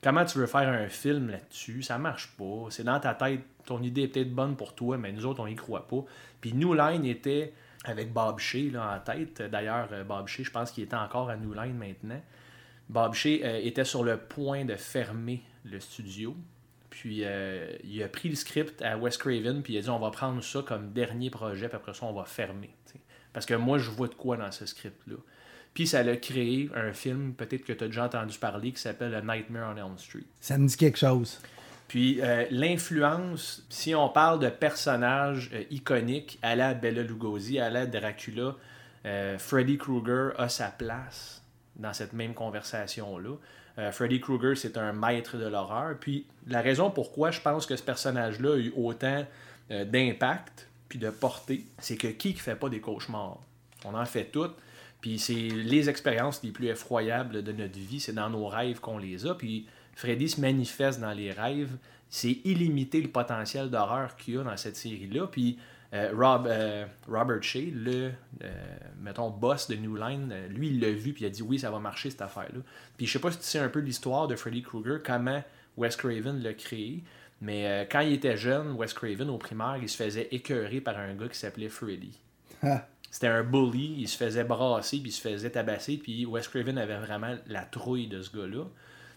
comment tu veux faire un film là-dessus? Ça marche pas. C'est dans ta tête. Ton idée est peut-être bonne pour toi, mais nous autres, on y croit pas. Puis New Line était avec Bob Shea là, en tête. D'ailleurs, Bob Shea, je pense qu'il était encore à New Line maintenant. Bob Shea était sur le point de fermer le studio. Puis il a pris le script à Wes Craven, puis il a dit on va prendre ça comme dernier projet, puis après ça, on va fermer. T'sais. Parce que moi, je vois de quoi dans ce script-là. Puis ça a créé un film, peut-être que tu as déjà entendu parler, qui s'appelle A Nightmare on Elm Street. Ça me dit quelque chose. Puis l'influence, si on parle de personnages iconiques à la Bela Lugosi, à la Dracula, Freddy Krueger a sa place dans cette même conversation-là. Freddy Krueger, c'est un maître de l'horreur. Puis la raison pourquoi je pense que ce personnage-là a eu autant d'impact puis de portée, c'est que qui ne fait pas des cauchemars? On en fait toutes. Puis c'est les expériences les plus effroyables de notre vie, c'est dans nos rêves qu'on les a. Puis Freddy se manifeste dans les rêves. C'est illimité le potentiel d'horreur qu'il y a dans cette série-là. Puis Robert Shea, mettons, boss de New Line, lui, il l'a vu, puis il a dit oui, ça va marcher cette affaire-là. Puis je sais pas si tu sais un peu l'histoire de Freddy Krueger, comment Wes Craven l'a créé, mais quand il était jeune, Wes Craven, au primaire, il se faisait écœurer par un gars qui s'appelait Freddy. C'était un bully, il se faisait brasser, puis il se faisait tabasser, puis Wes Craven avait vraiment la trouille de ce gars-là.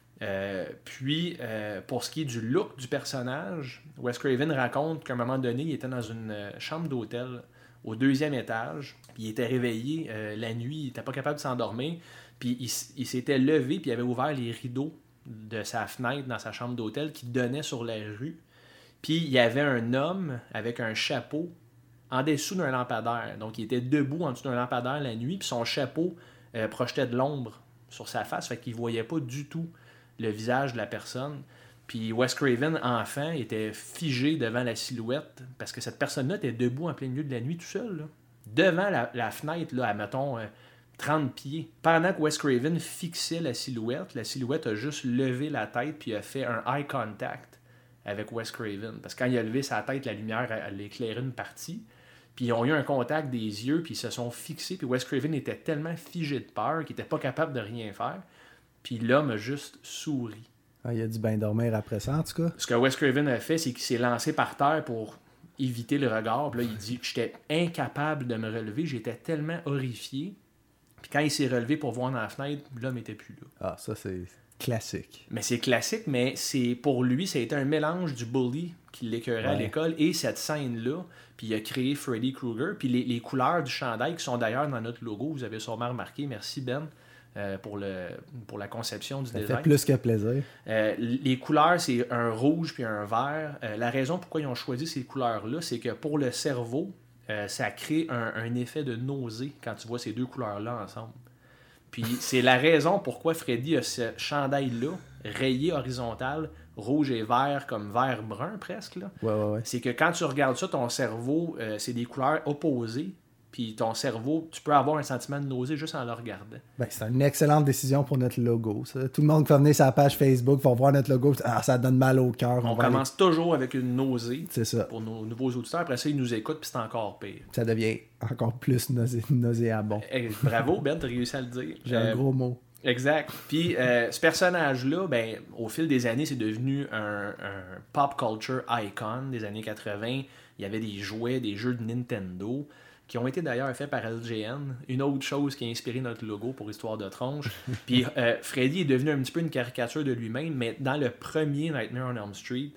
Pour ce qui est du look du personnage, Wes Craven raconte qu'à un moment donné, il était dans une chambre d'hôtel au 2e étage, puis il était réveillé la nuit, il n'était pas capable de s'endormir, puis il s'était levé, puis il avait ouvert les rideaux de sa fenêtre dans sa chambre d'hôtel qui donnait sur la rue, puis il y avait un homme avec un chapeau en dessous d'un lampadaire, donc il était debout en dessous d'un lampadaire la nuit, puis son chapeau projetait de l'ombre sur sa face, fait qu'il voyait pas du tout le visage de la personne. Puis Wes Craven, enfant, était figé devant la silhouette parce que cette personne-là était debout en plein milieu de la nuit tout seul, là, devant la fenêtre, là, à mettons 30 pieds. Pendant que Wes Craven fixait la silhouette a juste levé la tête puis a fait un eye contact avec Wes Craven. Parce que quand il a levé sa tête, la lumière, elle éclairait une partie. Puis ils ont eu un contact des yeux, puis ils se sont fixés. Puis Wes Craven était tellement figé de peur qu'il n'était pas capable de rien faire. Puis l'homme a juste souri. Ah, il a dû bien dormir après ça, en tout cas. Ce que Wes Craven a fait, c'est qu'il s'est lancé par terre pour éviter le regard. Puis là, il dit « J'étais incapable de me relever. J'étais tellement horrifié. » Puis quand il s'est relevé pour voir dans la fenêtre, l'homme n'était plus là. Ah, ça, c'est classique. Mais c'est classique, mais c'est pour lui, ça a été un mélange du bully qui l'écœurait à l'école et cette scène-là. Puis il a créé Freddy Krueger. Puis les couleurs du chandail qui sont d'ailleurs dans notre logo, vous avez sûrement remarqué. Merci Ben. Pour la conception du design. Ça fait plus que plaisir. Les couleurs, c'est un rouge puis un vert. La raison pourquoi ils ont choisi ces couleurs-là, c'est que pour le cerveau, ça crée un effet de nausée quand tu vois ces deux couleurs-là ensemble. Puis c'est la raison pourquoi Freddy a ce chandail-là, rayé horizontal, rouge et vert, comme vert-brun presque. Là. Ouais. C'est que quand tu regardes ça, ton cerveau, c'est des couleurs opposées. Puis ton cerveau, tu peux avoir un sentiment de nausée juste en le regardant. Ben, c'est une excellente décision pour notre logo. Ça. Tout le monde qui va venir sur la page Facebook va voir notre logo. Ah, ça donne mal au cœur. On commence toujours avec une nausée. C'est ça. Pour nos nouveaux auditeurs. Après ça, ils nous écoutent, puis c'est encore pire. Ça devient encore plus nauséabond. Bravo, Ben, t'as réussi à le dire. J'ai un gros mot. Exact. Puis ce personnage-là, ben, au fil des années, c'est devenu un pop culture icon des années 80. Il y avait des jouets, des jeux de Nintendo qui ont été d'ailleurs faits par LJN. Une autre chose qui a inspiré notre logo pour Histoire de tronche. Puis Freddy est devenu un petit peu une caricature de lui-même, mais dans le premier Nightmare on Elm Street,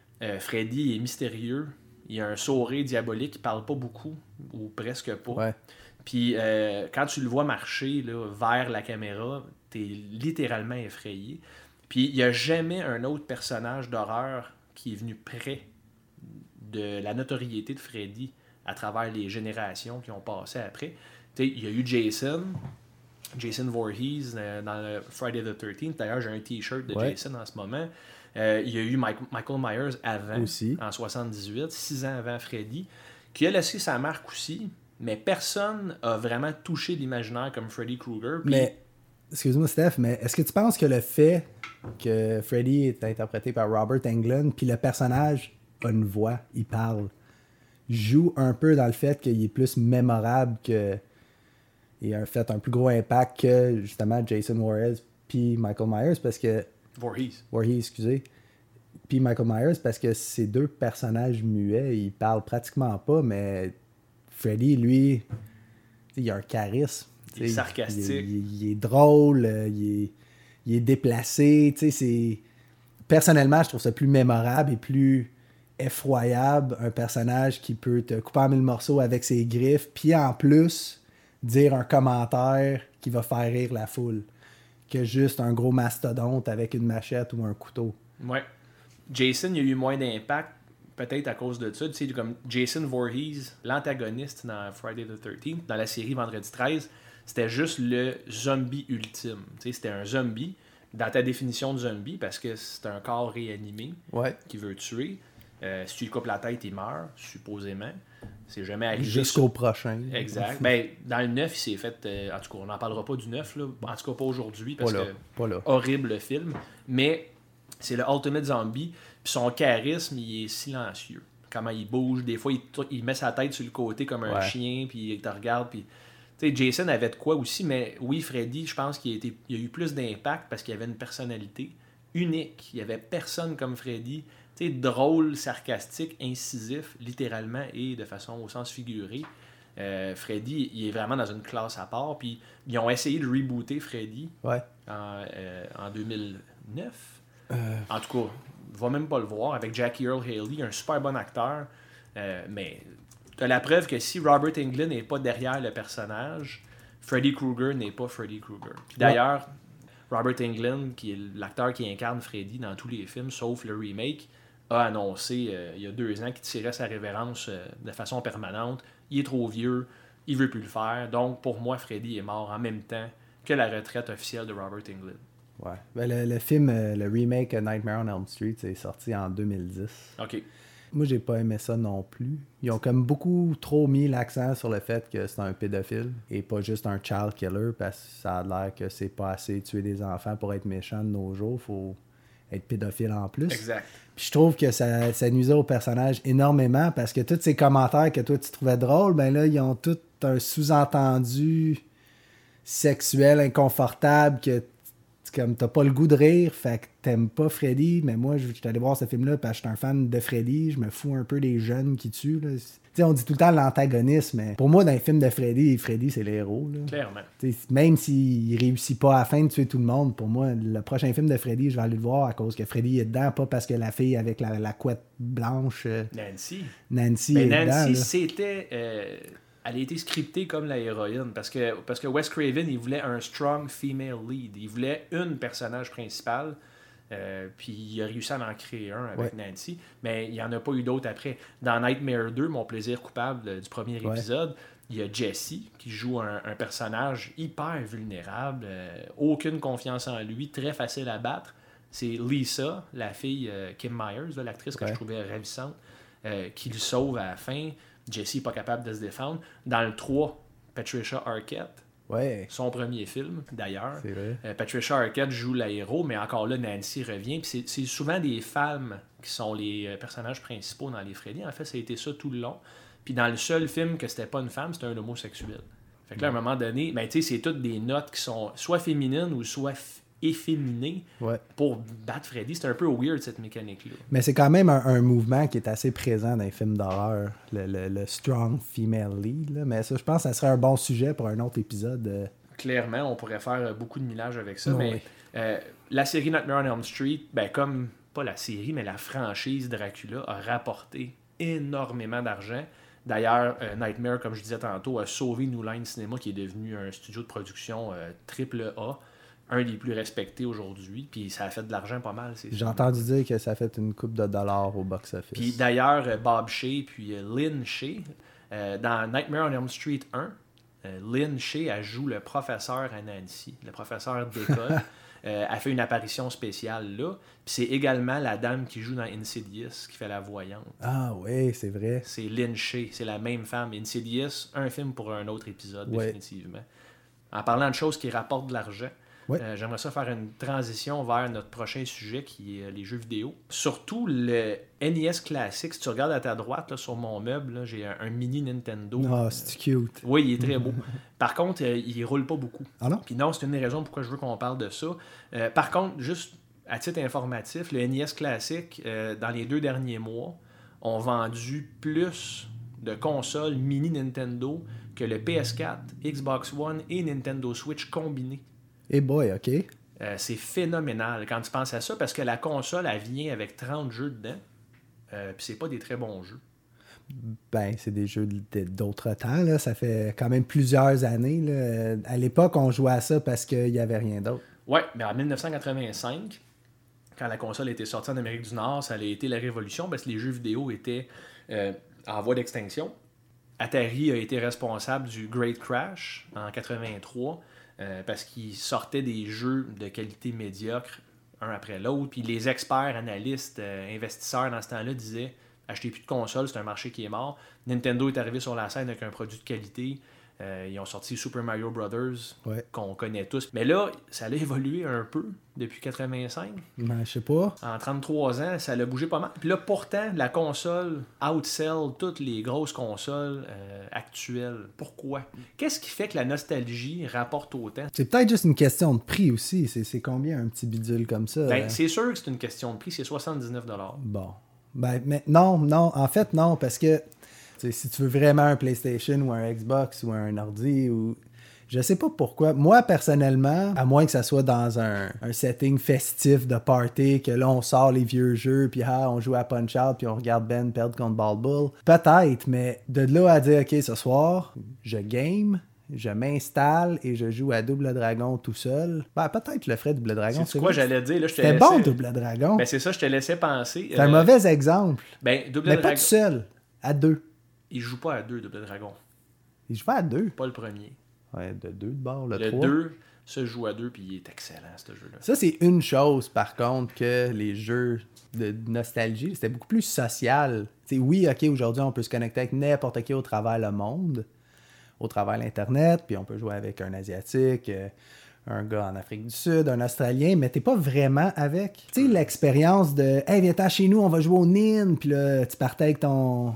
Freddy est mystérieux. Il a un sourire diabolique, il parle pas beaucoup, ou presque pas. Ouais. Puis quand tu le vois marcher là, vers la caméra, t'es littéralement effrayé. Puis il n'y a jamais un autre personnage d'horreur qui est venu près de la notoriété de Freddy à travers les générations qui ont passé après. Il y a eu Jason Voorhees dans le Friday the 13th. D'ailleurs, j'ai un t-shirt de Jason en ce moment. Il y a eu Michael Myers avant, aussi. En 78, 6 ans avant Freddy, qui a laissé sa marque aussi, mais personne n'a vraiment touché l'imaginaire comme Freddy Krueger. Mais, excuse-moi Steph, mais est-ce que tu penses que le fait que Freddy est interprété par Robert Englund, puis le personnage a une voix, il parle, joue un peu dans le fait qu'il est plus mémorable que... Il a fait un plus gros impact que, justement, Jason Voorhees puis Michael Myers, parce que Voorhees, excusez. Puis Michael Myers, parce que ces deux personnages muets, ils parlent pratiquement pas, mais Freddy, lui, il a un charisme. Il est sarcastique. Il est drôle, il est déplacé. Personnellement, je trouve ça plus mémorable et plus effroyable, un personnage qui peut te couper en mille morceaux avec ses griffes, puis en plus, dire un commentaire qui va faire rire la foule, que juste un gros mastodonte avec une machette ou un couteau. Ouais. Jason, il y a eu moins d'impact, peut-être à cause de ça. Tu sais, comme Jason Voorhees, l'antagoniste dans Friday the 13th, dans la série Vendredi 13, c'était juste le zombie ultime. Tu sais, c'était un zombie, dans ta définition de zombie, parce que c'est un corps réanimé qui veut tuer. Si tu lui coupes la tête, il meurt, supposément. C'est jamais arrivé. Jusqu'au prochain. Exact. Ben, dans le 9, il s'est fait... en tout cas, on n'en parlera pas du 9, là. En tout cas, pas aujourd'hui, parce que horrible le film. Mais c'est le Ultimate Zombie. Puis son charisme, il est silencieux. Comment il bouge. Des fois, il met sa tête sur le côté comme un chien, puis il te regarde. Puis, tu sais, Jason avait de quoi aussi, mais oui, Freddy, je pense qu'il a eu plus d'impact parce qu'il avait une personnalité unique. Il n'y avait personne comme Freddy. Tu sais, drôle, sarcastique, incisif, littéralement et de façon au sens figuré. Freddy, il est vraiment dans une classe à part. Puis, ils ont essayé de rebooter Freddy en 2009. En tout cas, va même pas le voir, avec Jackie Earle Haley, un super bon acteur. Mais t'as la preuve que si Robert Englund n'est pas derrière le personnage, Freddy Krueger n'est pas Freddy Krueger. Puis d'ailleurs, Robert Englund, qui est l'acteur qui incarne Freddy dans tous les films, sauf le remake, a annoncé il y a 2 ans qu'il tirait sa révérence de façon permanente. Il est trop vieux, il veut plus le faire. Donc, pour moi, Freddy est mort en même temps que la retraite officielle de Robert Englund. Ouais. Ben, le film, le remake Nightmare on Elm Street, c'est sorti en 2010. OK. Moi, j'ai pas aimé ça non plus. Ils ont comme beaucoup trop mis l'accent sur le fait que c'est un pédophile et pas juste un child killer, parce que ça a l'air que c'est pas assez tuer des enfants pour être méchant de nos jours. Faut être pédophile en plus. Exact. Puis je trouve que ça nuisait au personnage énormément, parce que tous ces commentaires que toi tu trouvais drôles, ben là, ils ont tout un sous-entendu sexuel inconfortable que comme t'as pas le goût de rire, fait que t'aimes pas Freddy, mais moi je suis allé voir ce film-là parce que je suis un fan de Freddy, je me fous un peu des jeunes qui tuent. Tu sais, on dit tout le temps l'antagoniste, mais pour moi dans les films de Freddy c'est le héros. Là. Clairement. T'sais, même s'il réussit pas à la fin de tuer tout le monde, pour moi, le prochain film de Freddy, je vais aller le voir à cause que Freddy est dedans, pas parce que la fille avec la couette blanche. Nancy est dedans. Nancy, c'était... elle a été scriptée comme la héroïne parce que Wes Craven, il voulait un strong female lead. Il voulait une personnage principale. Puis il a réussi à en créer un avec Nancy. Mais il n'y en a pas eu d'autres après. Dans Nightmare 2, mon plaisir coupable du premier épisode, il y a Jesse qui joue un personnage hyper vulnérable. Aucune confiance en lui. Très facile à battre. C'est Lisa, la fille Kim Myers, là, l'actrice que je trouvais ravissante, qui le sauve à la fin. Jesse n'est pas capable de se défendre. Dans le 3, Patricia Arquette, son premier film d'ailleurs. C'est vrai. Patricia Arquette joue la héros, mais encore là, Nancy revient. Puis c'est souvent des femmes qui sont les personnages principaux dans les Freddy. En fait, ça a été ça tout le long. Puis dans le seul film que c'était pas une femme, c'était un homosexuel. Fait que là, à un moment donné, ben, c'est toutes des notes qui sont soit féminines ou soit efféminé pour battre Freddy. C'est un peu weird, cette mécanique-là. Mais c'est quand même un mouvement qui est assez présent dans les films d'horreur, le strong female lead. Là. Mais ça, je pense que ça serait un bon sujet pour un autre épisode. Clairement, on pourrait faire beaucoup de millage avec ça. Mais la série Nightmare on Elm Street, ben, comme, pas la série, mais la franchise Dracula a rapporté énormément d'argent. D'ailleurs, Nightmare, comme je disais tantôt, a sauvé New Line Cinema, qui est devenu un studio de production AAA. Un des plus respectés aujourd'hui, puis ça a fait de l'argent pas mal. J'ai entendu dire que ça a fait une coupe de dollars au box-office. Puis d'ailleurs, Bob Shea puis Lynn Shea, dans Nightmare on Elm Street 1, Lynn Shea, elle joue le professeur à Nancy, le professeur d'école. Elle fait une apparition spéciale là. Puis c'est également la dame qui joue dans Insidious, qui fait la voyante. Ah oui, c'est vrai. C'est Lynn Shea, c'est la même femme. Insidious, un film pour un autre épisode, définitivement. En parlant de choses qui rapportent de l'argent, j'aimerais ça faire une transition vers notre prochain sujet qui est les jeux vidéo. Surtout le NES classique. Si tu regardes à ta droite là, sur mon meuble, là, j'ai un mini Nintendo. Ah, c'est cute. Oui, il est très beau. Par contre, il roule pas beaucoup. Ah non? Puis non, c'est une des raisons pourquoi je veux qu'on parle de ça. Par contre, juste à titre informatif, le NES Classic, dans les 2 derniers mois, ont vendu plus de consoles mini Nintendo que le PS4, Xbox One et Nintendo Switch combinés. Eh boy, OK. C'est phénoménal quand tu penses à ça, parce que la console, elle vient avec 30 jeux dedans, puis c'est pas des très bons jeux. Ben, c'est des jeux d'autres temps, là. Ça fait quand même plusieurs années, là. À l'époque, on jouait à ça parce qu'il n'y avait rien d'autre. Ouais, mais en 1985, quand la console a été sortie en Amérique du Nord, ça a été la révolution parce que les jeux vidéo étaient en voie d'extinction. Atari a été responsable du Great Crash en 83 parce qu'il sortait des jeux de qualité médiocre un après l'autre. Puis les experts, analystes, investisseurs dans ce temps-là disaient achetez plus de consoles, c'est un marché qui est mort. Nintendo est arrivé sur la scène avec un produit de qualité. Ils ont sorti Super Mario Brothers, qu'on connaît tous. Mais là, ça a évolué un peu depuis 85. Ben, je sais pas. En 33 ans, ça a bougé pas mal. Puis là, pourtant, la console outsell toutes les grosses consoles actuelles. Pourquoi? Qu'est-ce qui fait que la nostalgie rapporte autant? C'est peut-être juste une question de prix aussi. C'est combien un petit bidule comme ça? Ben, c'est sûr que c'est une question de prix. C'est 79$. Bon. Ben, mais non. En fait, non, parce que si tu veux vraiment un PlayStation ou un Xbox ou un ordi ou... Je sais pas pourquoi. Moi, personnellement, à moins que ça soit dans un setting festif de party, que là, on sort les vieux jeux, puis on joue à Punch-Out, puis on regarde Ben perdre contre Ball Bull. Peut-être, mais de là à dire, OK, ce soir, je game, je m'installe et je joue à Double Dragon tout seul. Ben, peut-être je le ferais Double Dragon. C'est quoi j'allais dire? Là, c'était bon, Double Dragon. Ben, c'est ça, je te laissais penser. C'est un mauvais exemple. Ben, Double mais Dragon... pas tout seul, à 2. Il joue pas à 2, Double Dragon. Il joue pas à 2. Pas le premier. Ouais, de 2 de bord, le 3. Le 2 se joue à 2, puis il est excellent, ce jeu-là. Ça, c'est une chose, par contre, que les jeux de nostalgie, c'était beaucoup plus social. T'sais, oui, OK, aujourd'hui, on peut se connecter avec n'importe qui au travers le monde, au travers l'Internet, puis on peut jouer avec un Asiatique, un gars en Afrique du Sud, un Australien, mais t'es pas vraiment avec. Tu sais, l'expérience de « Hey, viens-t'en chez nous, on va jouer au NIN », puis là, tu partais avec ton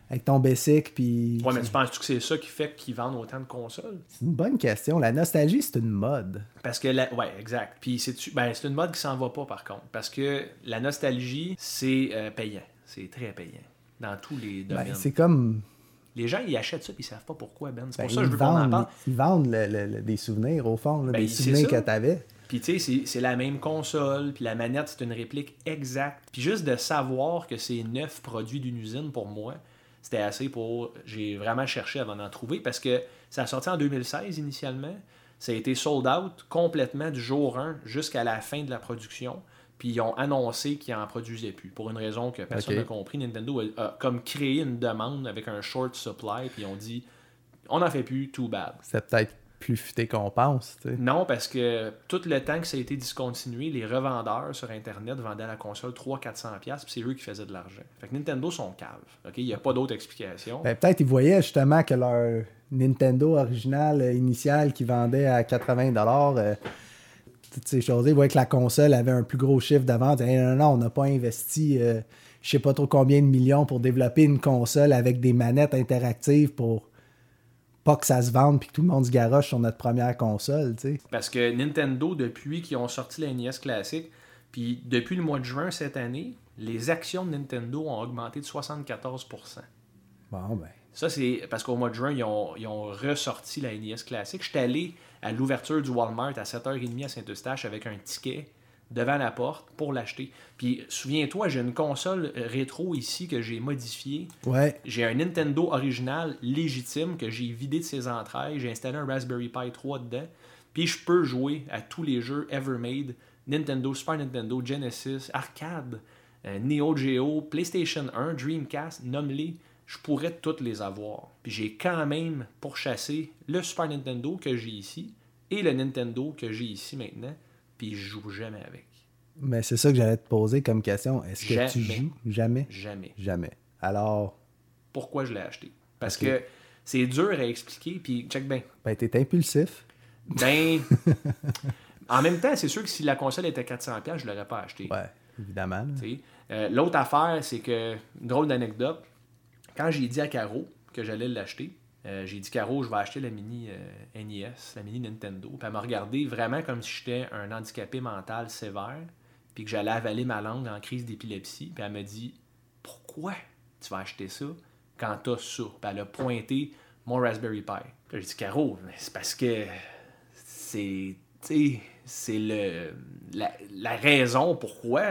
basic, puis... Ouais, mais tu penses-tu que c'est ça qui fait qu'ils vendent autant de consoles? C'est une bonne question. La nostalgie, c'est une mode. Parce que, ouais, exact. Puis c'est une mode qui s'en va pas, par contre. Parce que la nostalgie, c'est payant. C'est très payant. Dans tous les domaines. Ben, c'est comme... Les gens, ils achètent ça, puis ils savent pas pourquoi, Ben. C'est Ben, pour ça que je veux qu'on en parle. Ils vendent des souvenirs, au fond, là, Ben, des souvenirs que t'avais. Puis tu sais, c'est la même console, puis la manette, c'est une réplique exacte. Puis juste de savoir que c'est 9 produits d'une usine, pour moi... C'était assez pour... J'ai vraiment cherché avant d'en trouver parce que ça a sorti en 2016 initialement. Ça a été sold out complètement du jour 1 jusqu'à la fin de la production. Puis ils ont annoncé qu'ils n'en produisaient plus. Pour une raison que personne n'a compris, Nintendo a comme créé une demande avec un short supply. Puis ils ont dit, on n'en fait plus, too bad. C'est peut-être plus futé qu'on pense. T'sais. Non, parce que tout le temps que ça a été discontinué, les revendeurs sur Internet vendaient la console 300-400$, puis c'est eux qui faisaient de l'argent. Fait que Nintendo sont caves. Il n'y a pas d'autre explication. Ben, peut-être ils voyaient justement que leur Nintendo original initial qui vendait à 80$, toutes ces choses, ils voyaient que la console avait un plus gros chiffre de vente. Hey, non, on n'a pas investi je sais pas trop combien de millions pour développer une console avec des manettes interactives pour pas que ça se vende puis que tout le monde se garoche sur notre première console, tu sais. Parce que Nintendo, depuis qu'ils ont sorti la NES Classic, puis depuis le mois de juin cette année, les actions de Nintendo ont augmenté de 74%. Bon, ben... Ça, c'est parce qu'au mois de juin, ils ont ressorti la NES Classic. J'étais allé à l'ouverture du Walmart à 7h30 à Saint-Eustache avec un ticket devant la porte pour l'acheter. Puis, souviens-toi, j'ai une console rétro ici que j'ai modifiée. Ouais. J'ai un Nintendo original légitime que j'ai vidé de ses entrailles. J'ai installé un Raspberry Pi 3 dedans. Puis, je peux jouer à tous les jeux ever made. Nintendo, Super Nintendo, Genesis, Arcade, Neo Geo, PlayStation 1, Dreamcast, nomme-les. Je pourrais toutes les avoir. Puis, j'ai quand même pourchassé le Super Nintendo que j'ai ici et le Nintendo que j'ai ici maintenant. Puis je joue jamais avec. Mais c'est ça que j'allais te poser comme question. Est-ce que tu joues jamais? Jamais. Jamais. Alors... Pourquoi je l'ai acheté? Parce que c'est dur à expliquer, puis check bien. Ben, t'es impulsif. Ben... en même temps, c'est sûr que si la console était 400$, je l'aurais pas acheté. Ouais, évidemment. L'autre affaire, c'est que, drôle d'anecdote, quand j'ai dit à Caro que j'allais l'acheter, j'ai dit, Caro, je vais acheter la mini NES, la mini Nintendo. Puis elle m'a regardé vraiment comme si j'étais un handicapé mental sévère. puis que j'allais avaler ma langue en crise d'épilepsie. Puis elle m'a dit, pourquoi tu vas acheter ça quand t'as ça? Puis elle a pointé mon Raspberry Pi. Puis j'ai dit, Caro, c'est parce que c'est la raison pourquoi.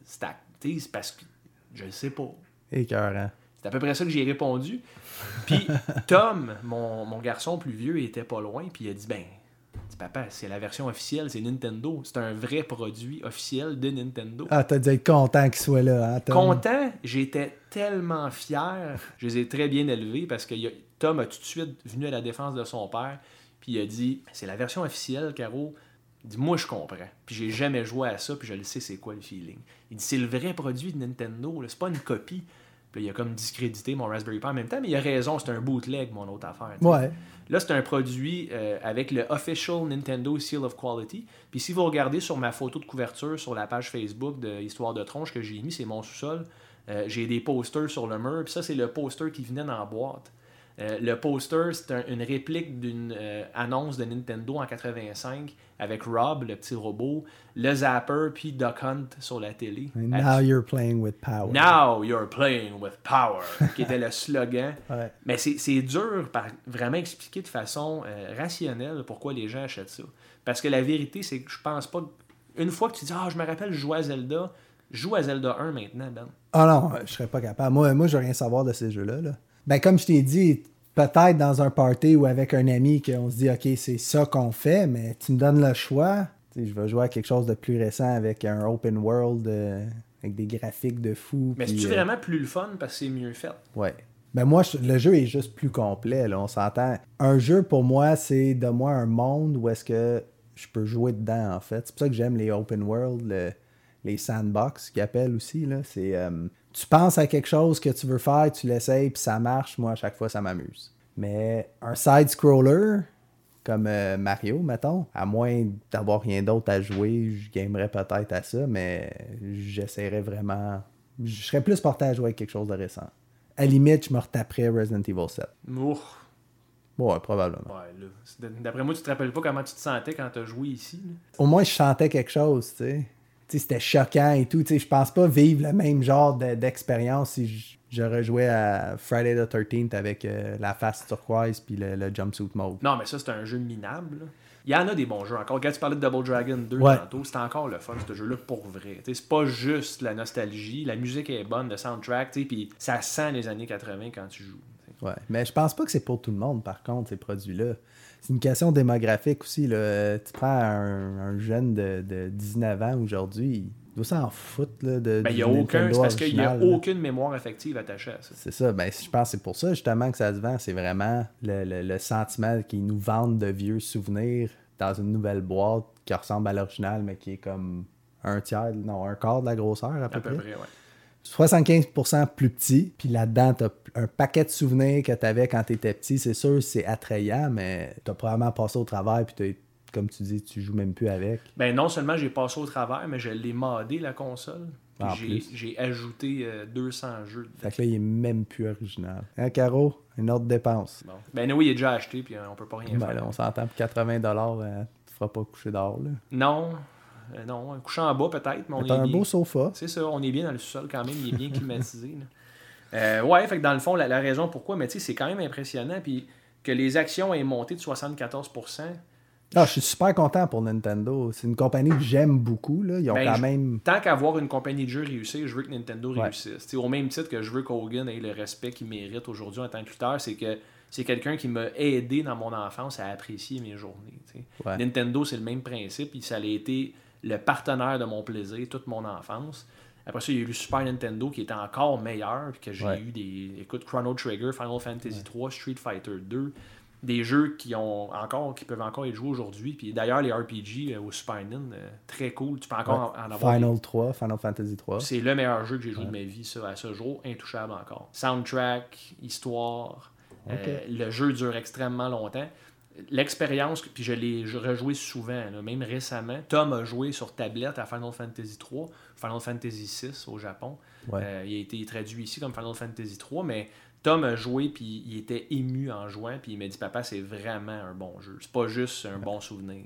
C'est parce que je ne sais pas. Écœurant. C'est à peu près ça que j'ai répondu. Puis Tom, mon garçon plus vieux, il était pas loin, puis il a dit, papa, c'est la version officielle, c'est Nintendo. C'est un vrai produit officiel de Nintendo. Ah, t'as dû être content qu'il soit là, hein, Tom? Content, j'étais tellement fier. Je les ai très bien élevés parce que Tom a tout de suite venu à la défense de son père, puis il a dit, c'est la version officielle, Caro. Il dit, moi, je comprends. Puis j'ai jamais joué à ça, puis je le sais c'est quoi le feeling. Il dit, c'est le vrai produit de Nintendo, là. C'est pas une copie. Puis il a comme discrédité mon Raspberry Pi en même temps, mais il a raison, c'est un bootleg, mon autre affaire. T'sais. Ouais. Là, c'est un produit avec le Official Nintendo Seal of Quality. Puis si vous regardez sur ma photo de couverture sur la page Facebook de Histoire de Tronche que j'ai mis, c'est mon sous-sol, j'ai des posters sur le mur. Puis ça, c'est le poster qui venait dans la boîte. Le poster, c'est une réplique d'une annonce de Nintendo en 85 avec Rob, le petit robot, le Zapper, puis Duck Hunt sur la télé. Now you're playing with power. Now you're playing with power, qui était le slogan. Ouais. Mais c'est dur par vraiment expliquer de façon rationnelle pourquoi les gens achètent ça. Parce que la vérité, c'est que je pense pas... Une fois que tu dis « Ah, je me rappelle, je jouais à Zelda », joue à Zelda 1 maintenant, Ben. Ah non, je serais pas capable. Moi je veux rien savoir de ces jeux-là. Là. Ben, comme je t'ai dit, peut-être dans un party ou avec un ami qu'on se dit « Ok, c'est ça qu'on fait », mais tu me donnes le choix. T'sais, je vais jouer à quelque chose de plus récent avec un open world, avec des graphiques de fou. Mais c'est-tu vraiment plus le fun parce que c'est mieux fait? Ouais. Ben moi, le jeu est juste plus complet, là, on s'entend. Un jeu, pour moi, c'est de moi un monde où est-ce que je peux jouer dedans, en fait. C'est pour ça que j'aime les open world, les sandbox qu'ils appellent aussi, là. C'est, tu penses à quelque chose que tu veux faire, tu l'essayes, puis ça marche. Moi, à chaque fois, ça m'amuse. Mais un side-scroller, comme Mario, mettons, à moins d'avoir rien d'autre à jouer, je gamerais peut-être à ça, mais j'essaierais vraiment... Je serais plus porté à jouer avec quelque chose de récent. À la limite, je me retaperais Resident Evil 7. Ouf. Ouais, probablement. Ouais, là. D'après moi, tu te rappelles pas comment tu te sentais quand tu as joué ici? Là? Au moins, je sentais quelque chose, tu sais. Tu sais, c'était choquant et tout. Tu sais, je pense pas vivre le même genre d'expérience si je rejouais à Friday the 13th avec la face turquoise puis le jumpsuit mode. Non, mais ça, c'est un jeu minable. Là. Il y en a des bons jeux encore. Quand tu parlais de Double Dragon 2 Ouais. tantôt, c'était encore le fun, ce jeu-là, pour vrai. T'sais, c'est pas juste la nostalgie. La musique est bonne, le soundtrack, puis ça sent les années 80 quand tu joues. T'sais. Ouais, mais je pense pas que c'est pour tout le monde, par contre, ces produits-là. C'est une question démographique aussi. Là. Tu prends un jeune de 19 ans aujourd'hui, il doit s'en foutre là, de Ben, du y a aucun, Nintendo c'est parce qu'il n'y a original, là. aucune mémoire affective attachée à ça. C'est ça, ben je pense que c'est pour ça justement que ça se vend. C'est vraiment le sentiment qu'ils nous vendent de vieux souvenirs dans une nouvelle boîte qui ressemble à l'original, mais qui est comme un quart de la grosseur à peu près. 75% plus petit, puis là-dedans, t'as un paquet de souvenirs que t'avais quand t'étais petit. C'est sûr, c'est attrayant, mais t'as probablement passé au travers, puis comme tu dis, tu joues même plus avec. Ben non seulement j'ai passé au travers, mais je l'ai modé la console. En Puis j'ai ajouté 200 jeux dedans. Fait que là, il est même plus original. Hein, Caro? Une autre dépense. Bon. Ben oui, il est déjà acheté, puis on peut pas rien Ben faire. là, on s'entend pour 80$, tu feras pas coucher dehors, là. Non, un coucher en bas peut-être, mais on T'as est un bien. beau sofa. C'est ça, on est bien dans le sous-sol quand même, il est bien climatisé. Là. Ouais, fait que dans le fond, la raison pourquoi, mais tu sais, c'est quand même impressionnant, puis que les actions aient monté de 74%. Ah, je suis super content pour Nintendo. C'est une compagnie que j'aime beaucoup, là. Ils ont quand même... Tant qu'avoir une compagnie de jeux réussie, je veux que Nintendo réussisse. T'sais, au même titre que je veux qu'Hogan ait le respect qu'il mérite aujourd'hui en tant que lutteur, c'est que c'est quelqu'un qui m'a aidé dans mon enfance à apprécier mes journées. Ouais. Nintendo, c'est le même principe, et ça a été le partenaire de mon plaisir toute mon enfance. Après ça, il y a eu le Super Nintendo qui était encore meilleur, puis que j'ai eu des... Écoute, Chrono Trigger, Final Fantasy 3, Street Fighter 2... Des jeux qui peuvent encore être joués aujourd'hui. Puis d'ailleurs, les RPG au Super Nintendo, très cool. Tu peux encore en avoir. Final Fantasy 3. C'est le meilleur jeu que j'ai joué de ma vie, ça, à ce jour. Intouchable encore. Soundtrack, histoire. Le jeu dure extrêmement longtemps. L'expérience, puis je l'ai rejoué souvent, là, même récemment. Tom a joué sur tablette à Final Fantasy 3, Final Fantasy 6 au Japon. Ouais. Il a été traduit ici comme Final Fantasy 3, mais Tom a joué, puis il était ému en jouant, puis il m'a dit « Papa, c'est vraiment un bon jeu. C'est pas juste un bon souvenir. »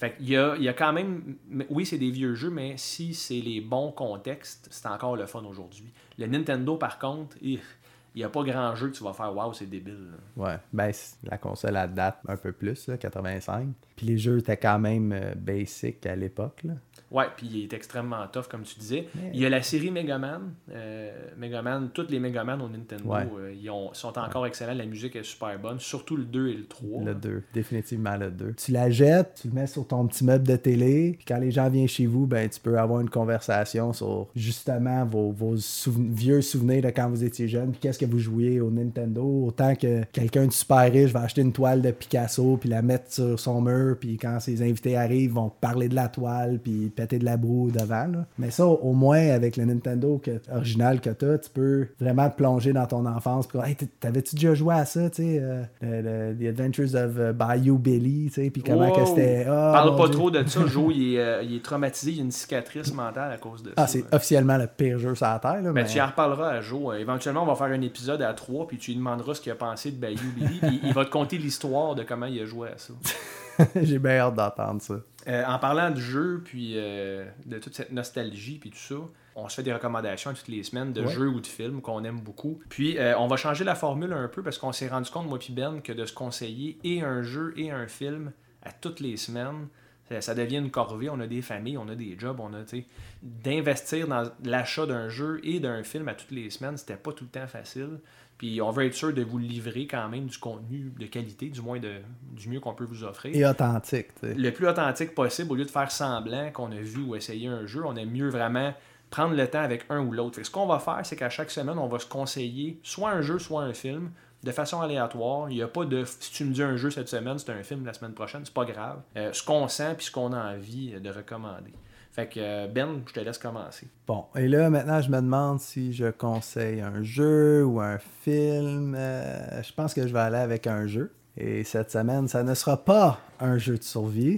Fait qu'il y a quand même... Oui, c'est des vieux jeux, mais si c'est les bons contextes, c'est encore le fun aujourd'hui. Le Nintendo, par contre, il n'y a pas grand jeu que tu vas faire « Wow, c'est débile. » Ouais, ben la console elle date un peu plus, là, 85. Puis les jeux étaient quand même basic à l'époque, là. Ouais, puis il est extrêmement tough, comme tu disais. Mais... Il y a la série Megaman. Megaman, toutes les Megaman au Nintendo, Ouais. Sont encore excellents. La musique est super bonne, surtout le 2 et le 3. Le 2, définitivement le 2. Tu la jettes, tu le mets sur ton petit meuble de télé, puis quand les gens viennent chez vous, ben tu peux avoir une conversation sur justement vos vieux souvenirs de quand vous étiez jeune, puis qu'est-ce que vous jouiez au Nintendo. Autant que quelqu'un de super riche va acheter une toile de Picasso, puis la mettre sur son mur, puis quand ses invités arrivent, ils vont parler de la toile, puis péter de la broue devant. Là. Mais ça, au moins, avec le Nintendo original que t'as, tu peux vraiment te plonger dans ton enfance. Puis, hey, t'avais-tu déjà joué à ça, tu sais, The Adventures of Bayou Billy, tu sais, puis comment que c'était... Parle pas trop de ça. Joe, il est traumatisé, il a une cicatrice mentale à cause de ça. Ah, c'est officiellement le pire jeu sur la Terre. Là, mais tu y en reparleras à Joe. Éventuellement, on va faire un épisode à 3, puis tu lui demanderas ce qu'il a pensé de Bayou Billy, puis il va te conter l'histoire de comment il a joué à ça. J'ai bien hâte d'entendre ça. En parlant de jeux, puis de toute cette nostalgie, puis tout ça, on se fait des recommandations toutes les semaines de jeux ou de films qu'on aime beaucoup. Puis on va changer la formule un peu parce qu'on s'est rendu compte, moi puis Ben, que de se conseiller et un jeu et un film à toutes les semaines, ça devient une corvée. On a des familles, on a des jobs, on a, tu sais, d'investir dans l'achat d'un jeu et d'un film à toutes les semaines, c'était pas tout le temps facile. Puis on veut être sûr de vous livrer quand même du contenu de qualité, du moins du mieux qu'on peut vous offrir. Et authentique, tu sais. Le plus authentique possible, au lieu de faire semblant qu'on a vu ou essayé un jeu, on aime mieux vraiment prendre le temps avec un ou l'autre. Fait que ce qu'on va faire, c'est qu'à chaque semaine, on va se conseiller soit un jeu, soit un film, de façon aléatoire. Il n'y a pas de « si tu me dis un jeu cette semaine, c'est un film la semaine prochaine », c'est pas grave. Ce qu'on sent puis ce qu'on a envie de recommander. Fait que Ben, je te laisse commencer. Bon, et là, maintenant, je me demande si je conseille un jeu ou un film. Je pense que je vais aller avec un jeu. Et cette semaine, ça ne sera pas un jeu de survie.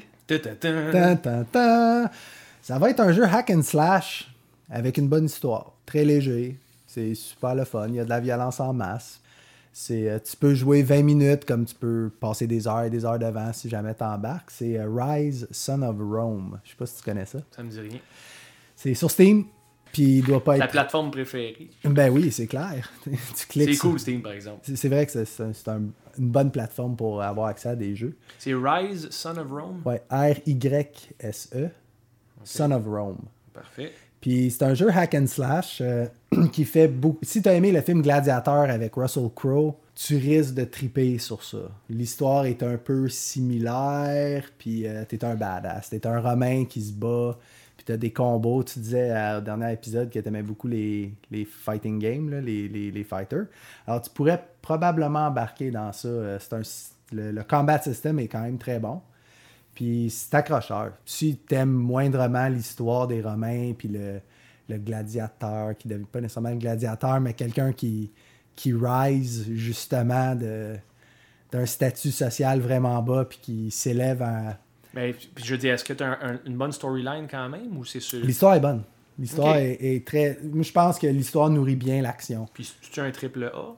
Ça va être un jeu hack and slash avec une bonne histoire. Très léger. C'est super le fun. Il y a de la violence en masse. Tu peux jouer 20 minutes comme tu peux passer des heures et des heures devant si jamais t'embarques. C'est Rise, Son of Rome. Je sais pas si tu connais ça. Ça me dit rien. C'est sur Steam. Puis il doit pas être... Ta plateforme préférée. Ben oui, c'est clair. Tu cliques c'est cool Steam par exemple. C'est vrai que c'est une bonne plateforme pour avoir accès à des jeux. C'est Rise, Son of Rome? Ouais, R-Y-S-E. Okay. Son of Rome. Parfait. Puis c'est un jeu hack and slash qui fait beaucoup... Si tu as aimé le film Gladiator avec Russell Crowe, tu risques de triper sur ça. L'histoire est un peu similaire, puis t'es un badass. T'es un Romain qui se bat, puis t'as des combos. Tu disais au dernier épisode que t'aimais beaucoup les fighting games, là, les fighters. Alors tu pourrais probablement embarquer dans ça. Le combat system est quand même très bon. Puis c'est accrocheur. Si t'aimes moindrement l'histoire des Romains, puis le gladiateur, qui ne devient pas nécessairement le gladiateur, mais quelqu'un qui rise justement d'un statut social vraiment bas, puis qui s'élève à... Mais puis je veux dire, est-ce que tu as une bonne storyline quand même, ou c'est sûr? L'histoire est bonne. L'histoire est très... Moi, je pense que l'histoire nourrit bien l'action. Puis tu as un triple A?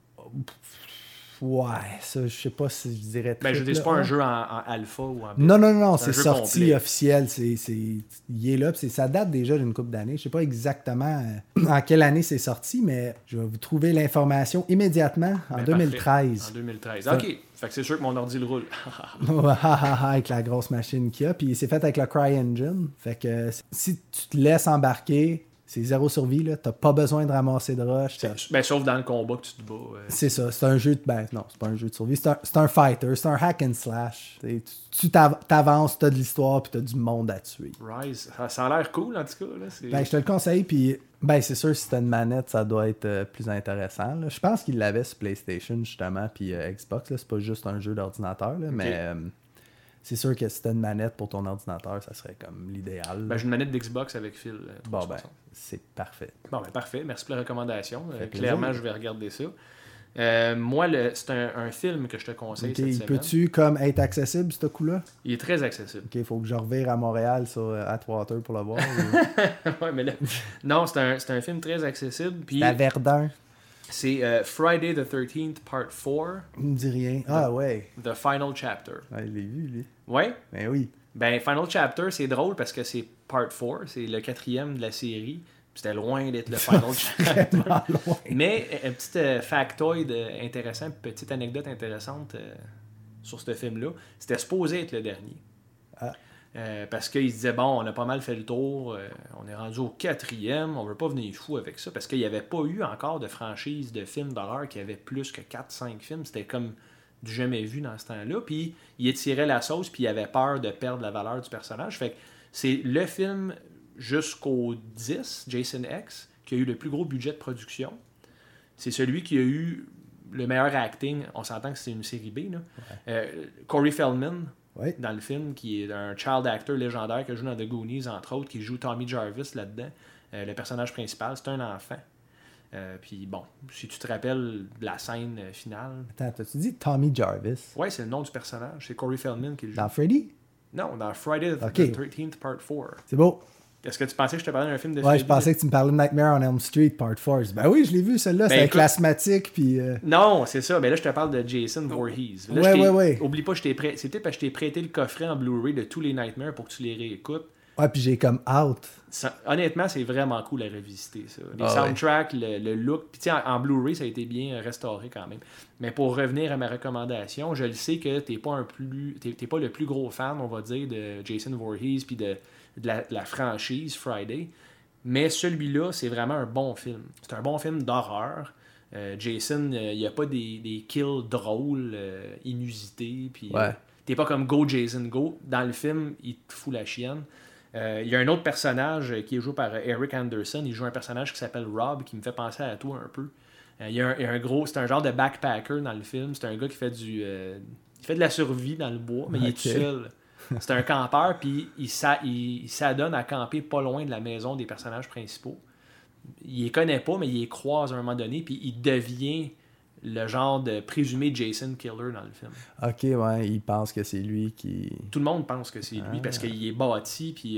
Ouais, ça, je sais pas si je dirais... Ben, je veux dire, c'est pas un jeu en alpha ou en Non, bêta. c'est sorti complet. Officiel. Il est là, puis ça date déjà d'une couple d'années. Je sais pas exactement en quelle année c'est sorti, mais je vais vous trouver l'information immédiatement en 2013. En 2013, ok. Fait que c'est sûr que mon ordi le roule. Avec la grosse machine qu'il y a. Puis c'est fait avec le CryEngine. Fait que si tu te laisses embarquer... C'est zéro survie, là. T'as pas besoin de ramasser de roches. Ben, sauf dans le combat que tu te bats. C'est ça. C'est un jeu de... Ben, non, c'est pas un jeu de survie. C'est un fighter. C'est un hack and slash. Tu t'avances, t'as de l'histoire, puis t'as du monde à tuer. Rise. Ça a l'air cool, en tout cas. Là. Ben, je te le conseille, puis... Ben, c'est sûr, si t'as une manette, ça doit être plus intéressant. Là. Je pense qu'il l'avait sur PlayStation, justement, puis Xbox. Là. C'est pas juste un jeu d'ordinateur, là, mais... C'est sûr que si t'as une manette pour ton ordinateur, ça serait comme l'idéal. Ben, j'ai une manette d'Xbox avec fil. Bon, ben, c'est parfait. Bon, ben, parfait. Merci pour la recommandation. Clairement, je vais regarder ça. Moi, c'est un film que je te conseille cette semaine. Peux-tu comme être accessible, ce coup-là? Il est très accessible. OK, il faut que je revire à Montréal sur Atwater pour le voir. Ouais, mais là... Non, c'est un film très accessible. Puis... La Verdun. C'est Friday the 13th, Part 4. Il me dit rien. Ah ouais. The Final Chapter. Ouais, je l'ai vu, lui. Ouais? Ben oui. Ben, Final Chapter, c'est drôle parce que c'est Part 4, c'est le 4e de la série. C'était loin d'être le Final Chapter. Loin. Mais un petit factoid intéressant, petite anecdote intéressante sur ce film-là, c'était supposé être le dernier. Parce qu'ils se disaient, bon, on a pas mal fait le tour, on est rendu au 4e, on veut pas venir fou avec ça, parce qu'il n'y avait pas eu encore de franchise de films d'horreur qui avait plus que 4-5 films. C'était comme du jamais vu dans ce temps-là. Puis il étirait la sauce, puis il avait peur de perdre la valeur du personnage. Fait que c'est le film jusqu'au 10, Jason X, qui a eu le plus gros budget de production. C'est celui qui a eu le meilleur acting. On s'entend que c'est une série B, là. Ouais. Corey Feldman, dans le film, qui est un child actor légendaire qui joue dans The Goonies, entre autres, qui joue Tommy Jarvis là-dedans. Le personnage principal, c'est un enfant. Puis bon, si tu te rappelles de la scène finale... Attends, t'as-tu dit Tommy Jarvis? Ouais, c'est le nom du personnage. C'est Corey Feldman qui le joue. Dans Freddy? Non, dans Friday the 13th Part 4. C'est beau. Est-ce que tu pensais que je te parlais d'un film de Freddy? Ouais, je pensais que tu me parlais de Nightmare on Elm Street Part 4. Ben oui, je l'ai vu, celle-là. C'est avec l'asthmatique, puis... Non, c'est ça. Mais là, je te parle de Jason Voorhees. Là, ouais. Oublie pas, c'est peut-être parce que je t'ai prêté le coffret en Blu-ray de tous les Nightmares pour que tu les réécoutes. Ouais, puis j'ai comme out. Honnêtement, c'est vraiment cool à revisiter, ça. Les soundtracks, le look. Puis en Blu-ray, ça a été bien restauré quand même. Mais pour revenir à ma recommandation, je le sais que t'es pas le plus gros fan, on va dire, de Jason Voorhees puis de la franchise Friday. Mais celui-là, c'est vraiment un bon film. C'est un bon film d'horreur. Jason, il n'y a pas des kills drôles, inusités. Puis t'es pas comme Go Jason Go. Dans le film, il te fout la chienne. Il y a un autre personnage qui est joué par Eric Anderson. Il joue un personnage qui s'appelle Rob, qui me fait penser à toi un peu. Il y a un gros... C'est un genre de backpacker dans le film. C'est un gars qui fait il fait de la survie dans le bois, mais il est tout seul. C'est un campeur, puis il s'adonne à camper pas loin de la maison des personnages principaux. Il les connaît pas, mais il les croise à un moment donné, puis il devient le genre de présumé Jason Killer dans le film. Ok, ouais, il pense que c'est lui qui... Tout le monde pense que c'est lui, parce qu'il est bâti, puis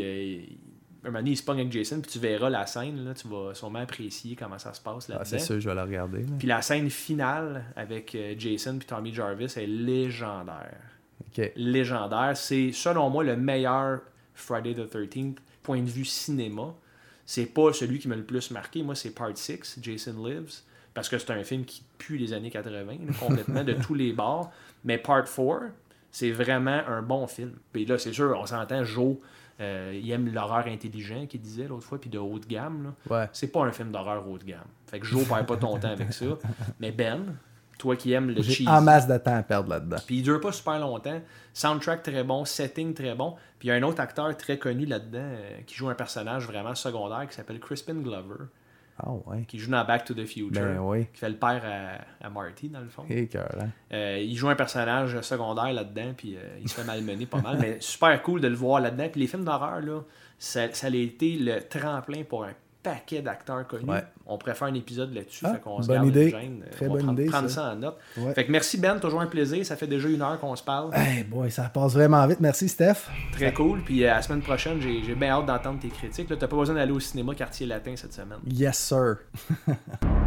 un moment donné, il se pogne avec Jason, puis tu verras la scène, là, tu vas sûrement apprécier comment ça se passe là-dedans. C'est sûr, je vais la regarder. Là. Puis la scène finale avec Jason puis Tommy Jarvis est légendaire. Okay. Légendaire. C'est, selon moi, le meilleur Friday the 13th, point de vue cinéma. C'est pas celui qui m'a le plus marqué. Moi, c'est Part 6, Jason Lives, parce que c'est un film qui pue les années 80, là, complètement, de tous les bords. Mais Part 4, c'est vraiment un bon film. Puis là, c'est sûr, on s'entend, Joe, il aime l'horreur intelligent, qu'il disait l'autre fois, puis de haut de gamme. Là. Ouais. C'est pas un film d'horreur haut de gamme. Fait que Joe perd pas ton temps avec ça. Mais Ben, toi qui aimes le cheesy... en masse de temps à perdre là-dedans. Puis il dure pas super longtemps. Soundtrack très bon, setting très bon. Puis il y a un autre acteur très connu là-dedans qui joue un personnage vraiment secondaire qui s'appelle Crispin Glover. Oh, ouais. Qui joue dans Back to the Future. Oui. Qui fait le père à Marty, dans le fond. Écœurant. Il joue un personnage secondaire là-dedans, puis il se fait malmener pas mal. Mais super cool de le voir là-dedans. Puis les films d'horreur, là, ça a été le tremplin pour un paquet d'acteurs connus. Ouais. On pourrait faire un épisode là-dessus. Fait qu'on se garde une gêne. Très bonne idée. Prendre ça en note. Ouais. Fait que merci Ben, toujours un plaisir. Ça fait déjà 1 heure qu'on se parle. Hey boy, ça passe vraiment vite. Merci Steph. Très cool. Puis la semaine prochaine, j'ai bien hâte d'entendre tes critiques. Là, t'as pas besoin d'aller au cinéma Quartier Latin cette semaine. Yes sir.